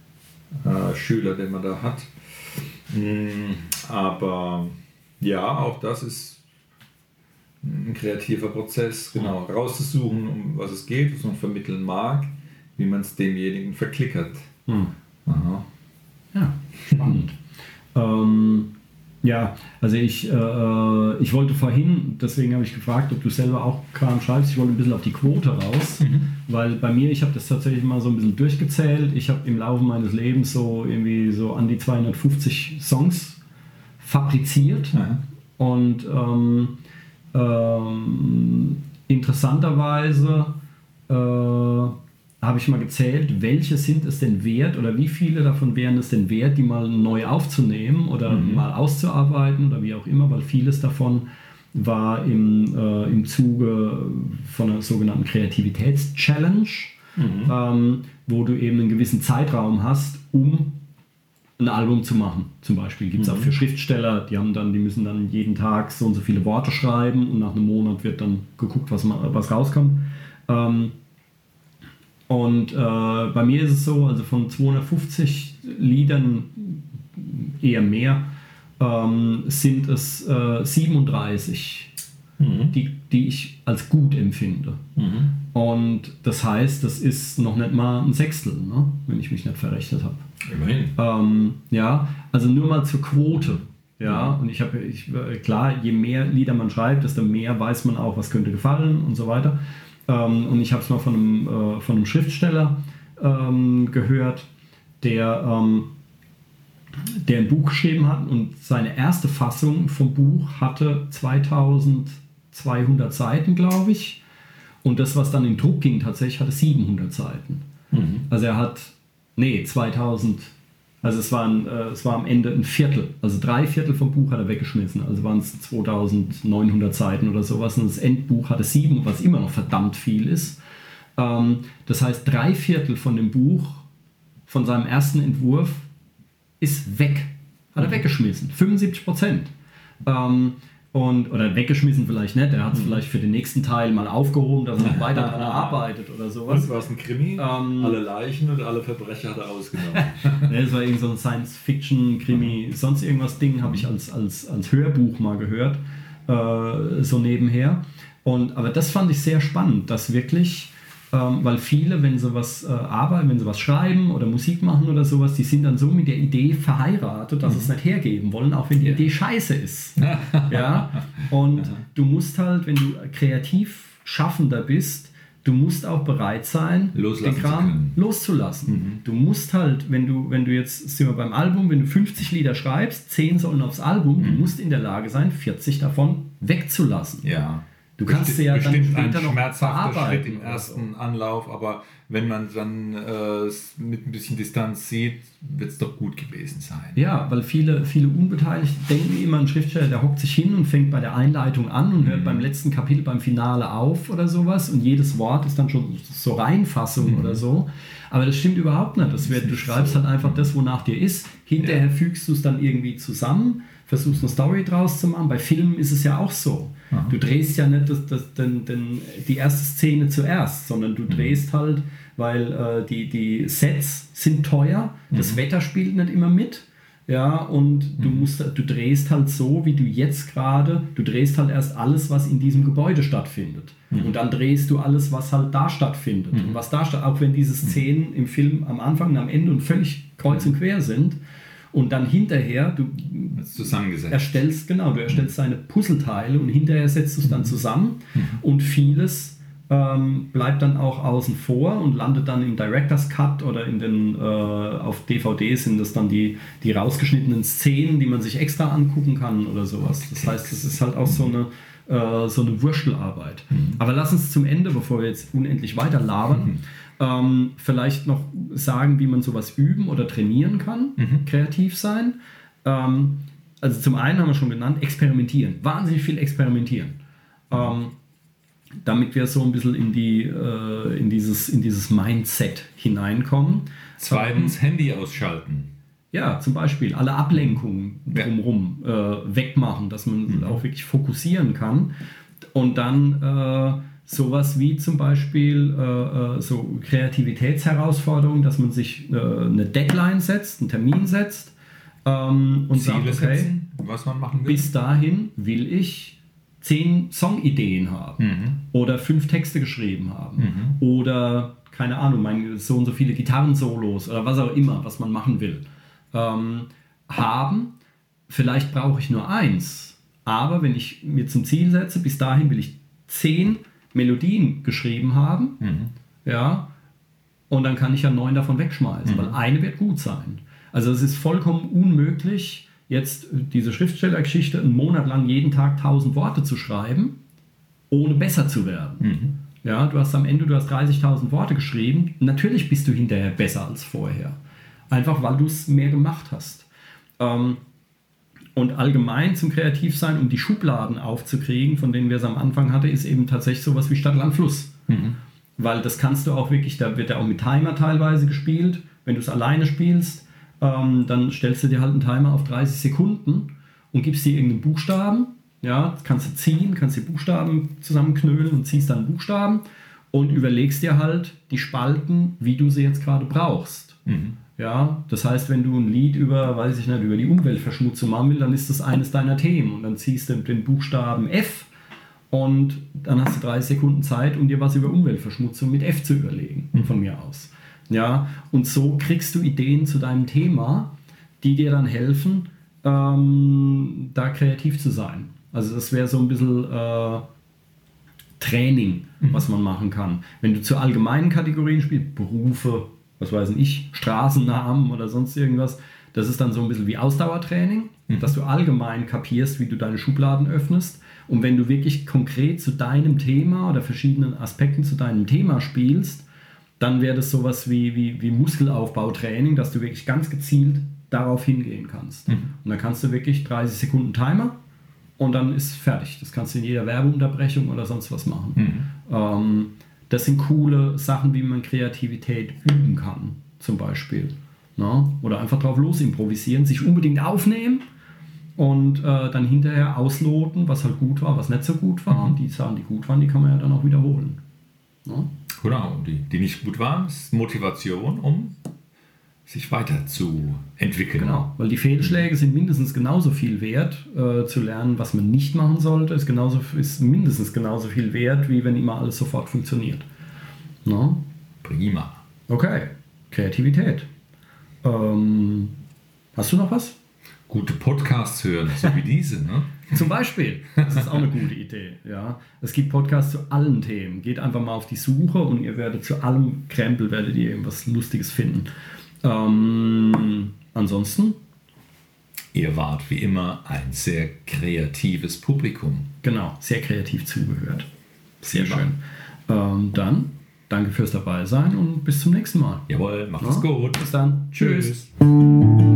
äh, Schüler, den man da hat. Aber ja, auch das ist ein kreativer Prozess, genau, rauszusuchen, um was es geht, was man vermitteln mag, wie man es demjenigen verklickert. Hm. Aha. Ja, spannend. ähm, ja, also ich, äh, ich wollte vorhin, deswegen habe ich gefragt, ob du selber auch Kram schreibst, ich wollte ein bisschen auf die Quote raus, mhm. weil bei mir, ich habe das tatsächlich mal so ein bisschen durchgezählt, ich habe im Laufe meines Lebens so irgendwie so an die zweihundertfünfzig Songs fabriziert ja. und ähm, ähm, interessanterweise äh, habe ich mal gezählt, welche sind es denn wert oder wie viele davon wären es denn wert, die mal neu aufzunehmen oder mhm. mal auszuarbeiten oder wie auch immer, weil vieles davon war im, äh, im Zuge von einer sogenannten Kreativitäts-Challenge, mhm. ähm, wo du eben einen gewissen Zeitraum hast, um ein Album zu machen. Zum Beispiel gibt es mhm. auch für Schriftsteller, die haben dann, die müssen dann jeden Tag so und so viele Worte schreiben und nach einem Monat wird dann geguckt, was, was rauskommt. Ähm, Und äh, bei mir ist es so, also von zweihundertfünfzig Liedern, eher mehr, ähm, sind es äh, siebenunddreißig, mhm. die, die ich als gut empfinde. Mhm. Und das heißt, das ist noch nicht mal ein Sechstel, ne? Wenn ich mich nicht verrechnet habe. Immerhin. Ähm, ja, also nur mal zur Quote. Ja, und ich habe, ich, klar, je mehr Lieder man schreibt, desto mehr weiß man auch, was könnte gefallen und so weiter. Und ich habe es mal von einem, äh, von einem Schriftsteller ähm, gehört, der, ähm, der ein Buch geschrieben hat und seine erste Fassung vom Buch hatte zweitausendzweihundert Seiten, glaube ich. Und das, was dann in Druck ging, tatsächlich hatte siebenhundert Seiten. Mhm. Also er hat, nee, zweitausend, also es, waren, äh, es war am Ende ein Viertel, also drei Viertel vom Buch hat er weggeschmissen, also waren es zweitausendneunhundert Seiten oder sowas und das Endbuch hatte sieben, was immer noch verdammt viel ist. Ähm, das heißt, drei Viertel von dem Buch, von seinem ersten Entwurf, ist weg, hat er weggeschmissen, fünfundsiebzig Prozent. Ähm, Und, oder weggeschmissen vielleicht nicht, er hat es mhm. vielleicht für den nächsten Teil mal aufgehoben, dass er weiter daran arbeitet oder sowas. Und war es ein Krimi? Ähm, alle Leichen und alle Verbrecher hat er ausgenommen. Ne, das war irgend so ein Science-Fiction-Krimi, sonst irgendwas Ding habe ich als, als, als Hörbuch mal gehört, äh, so nebenher. Und, aber das fand ich sehr spannend, dass wirklich, ähm, weil viele, wenn sie was äh, arbeiten, wenn sie was schreiben oder Musik machen oder sowas, die sind dann so mit der Idee verheiratet, dass sie es nicht hergeben wollen, auch wenn die ja. Idee scheiße ist. Ja? Und ja. du musst halt, wenn du kreativ Schaffender bist, du musst auch bereit sein, Loslassen den Kram loszulassen. Mhm. Du musst halt, wenn du, wenn du jetzt, sind wir beim Album, wenn du fünfzig Lieder schreibst, zehn sollen aufs Album, mhm. du musst in der Lage sein, vierzig davon wegzulassen. Ja. Du kannst Besti- ja dann später ein noch schmerzhafter Schritt im so. ersten Anlauf, aber wenn man dann äh, mit ein bisschen Distanz sieht, wird es doch gut gewesen sein. Ja, weil viele, viele Unbeteiligte denken immer, ein Schriftsteller, der hockt sich hin und fängt bei der Einleitung an und hört mhm. beim letzten Kapitel, beim Finale auf oder sowas und jedes Wort ist dann schon so Reinfassung mhm. oder so. Aber das stimmt überhaupt nicht. Das wird, du schreibst so. halt einfach das, wonach dir ist. Hinterher ja. fügst du es dann irgendwie zusammen, versuchst eine Story draus zu machen. Bei Filmen ist es ja auch so. Aha. Du drehst ja nicht das, das, den, den, die erste Szene zuerst, sondern du drehst mhm. halt, weil äh, die, die Sets sind teuer, mhm. das Wetter spielt nicht immer mit. Ja, und mhm. du musst, du drehst halt so, wie du jetzt gerade, du drehst halt erst alles, was in diesem Gebäude stattfindet. Mhm. Und dann drehst du alles, was halt da stattfindet. Mhm. Und was da statt, auch wenn diese Szenen im Film am Anfang und am Ende und völlig kreuz und quer sind, und dann hinterher, du zusammengesetzt. erstellst, genau, du erstellst deine Puzzleteile und hinterher setzt du es dann zusammen mhm. und vieles ähm, bleibt dann auch außen vor und landet dann im Director's Cut oder in den, äh, auf D V D sind das dann die, die rausgeschnittenen Szenen, die man sich extra angucken kann oder sowas. Das heißt, das ist halt auch so eine, äh, so eine Wurschtelarbeit. Mhm. Aber lass uns zum Ende, bevor wir jetzt unendlich weiter labern, mhm. Ähm, vielleicht noch sagen, wie man sowas üben oder trainieren kann, mhm. kreativ sein. Ähm, also zum einen haben wir schon genannt, experimentieren. Wahnsinnig viel experimentieren. Mhm. Ähm, damit wir so ein bisschen in, die, äh, in, dieses, in dieses Mindset hineinkommen. Zweitens, ähm, Handy ausschalten. Ja, zum Beispiel alle Ablenkungen drumherum äh, wegmachen, dass man mhm. auch wirklich fokussieren kann. Und dann äh, sowas wie zum Beispiel äh, so Kreativitätsherausforderungen, dass man sich äh, eine Deadline setzt, einen Termin setzt ähm, und Ziele sagt, okay, setzen, was man machen will. Bis dahin will ich zehn Songideen haben Mhm. oder fünf Texte geschrieben haben Mhm. oder keine Ahnung, mein, so und so viele Gitarrensolos oder was auch immer, was man machen will, ähm, haben. Vielleicht brauche ich nur eins, aber wenn ich mir zum Ziel setze, bis dahin will ich zehn Melodien geschrieben haben, Mhm. ja, und dann kann ich ja neun davon wegschmeißen, Mhm. weil eine wird gut sein. Also es ist vollkommen unmöglich, jetzt diese Schriftstellergeschichte einen Monat lang jeden Tag tausend Worte zu schreiben, ohne besser zu werden. Mhm. Ja, du hast am Ende, du hast dreißigtausend Worte geschrieben, natürlich bist du hinterher besser als vorher. Einfach, weil du es mehr gemacht hast. Ähm, und allgemein zum Kreativsein, um die Schubladen aufzukriegen, von denen wir es am Anfang hatten, ist eben tatsächlich sowas wie Stadt, Land, Fluss. Mhm. Weil das kannst du auch wirklich, da wird ja auch mit Timer teilweise gespielt. Wenn du es alleine spielst, ähm, dann stellst du dir halt einen Timer auf dreißig Sekunden und gibst dir irgendeinen Buchstaben. Ja, das kannst du ziehen, kannst die Buchstaben zusammenknüllen und ziehst dann Buchstaben und überlegst dir halt die Spalten, wie du sie jetzt gerade brauchst. Mhm. Ja, das heißt, wenn du ein Lied über, weiß ich nicht, über die Umweltverschmutzung machen willst, dann ist das eines deiner Themen und dann ziehst du den Buchstaben F und dann hast du dreißig Sekunden Zeit, um dir was über Umweltverschmutzung mit F zu überlegen, von mir aus. Ja, und so kriegst du Ideen zu deinem Thema, die dir dann helfen, ähm, da kreativ zu sein. Also das wäre so ein bisschen äh, Training, mhm. was man machen kann. Wenn du zu allgemeinen Kategorien spielst, Berufe, was weiß ich, Straßennamen oder sonst irgendwas, das ist dann so ein bisschen wie Ausdauertraining, mhm. dass du allgemein kapierst, wie du deine Schubladen öffnest. Und wenn du wirklich konkret zu deinem Thema oder verschiedenen Aspekten zu deinem Thema spielst, dann wäre das sowas wie, wie, wie Muskelaufbautraining, dass du wirklich ganz gezielt darauf hingehen kannst. Mhm. Und dann kannst du wirklich dreißig Sekunden Timer und dann ist fertig. Das kannst du in jeder Werbeunterbrechung oder sonst was machen. Mhm. Ähm, das sind coole Sachen, wie man Kreativität üben kann, zum Beispiel. Na? Oder einfach drauf los improvisieren, sich unbedingt aufnehmen und äh, dann hinterher ausloten, was halt gut war, was nicht so gut war. Mhm. Und die Sachen, die gut waren, die kann man ja dann auch wiederholen. Na? Genau, die, die nicht gut waren, ist Motivation, um sich weiterzuentwickeln. Genau, weil die Fehlschläge sind mindestens genauso viel wert, äh, zu lernen, was man nicht machen sollte, ist, genauso, ist mindestens genauso viel wert, wie wenn immer alles sofort funktioniert. No? Prima. Okay, Kreativität. Ähm, hast du noch was? Gute Podcasts hören, so wie diese, ne? Zum Beispiel. Das ist auch eine gute Idee. Ja. Es gibt Podcasts zu allen Themen. Geht einfach mal auf die Suche und ihr werdet zu allem Krempel werdet ihr irgendwas Lustiges finden. Ähm, ansonsten? Ihr wart wie immer ein sehr kreatives Publikum. Genau, sehr kreativ zugehört. Sehr Prima. schön. Ähm, dann danke fürs Dabeisein und bis zum nächsten Mal. Jawohl, macht Ja? es gut. Bis dann. Tschüss. Tschüss.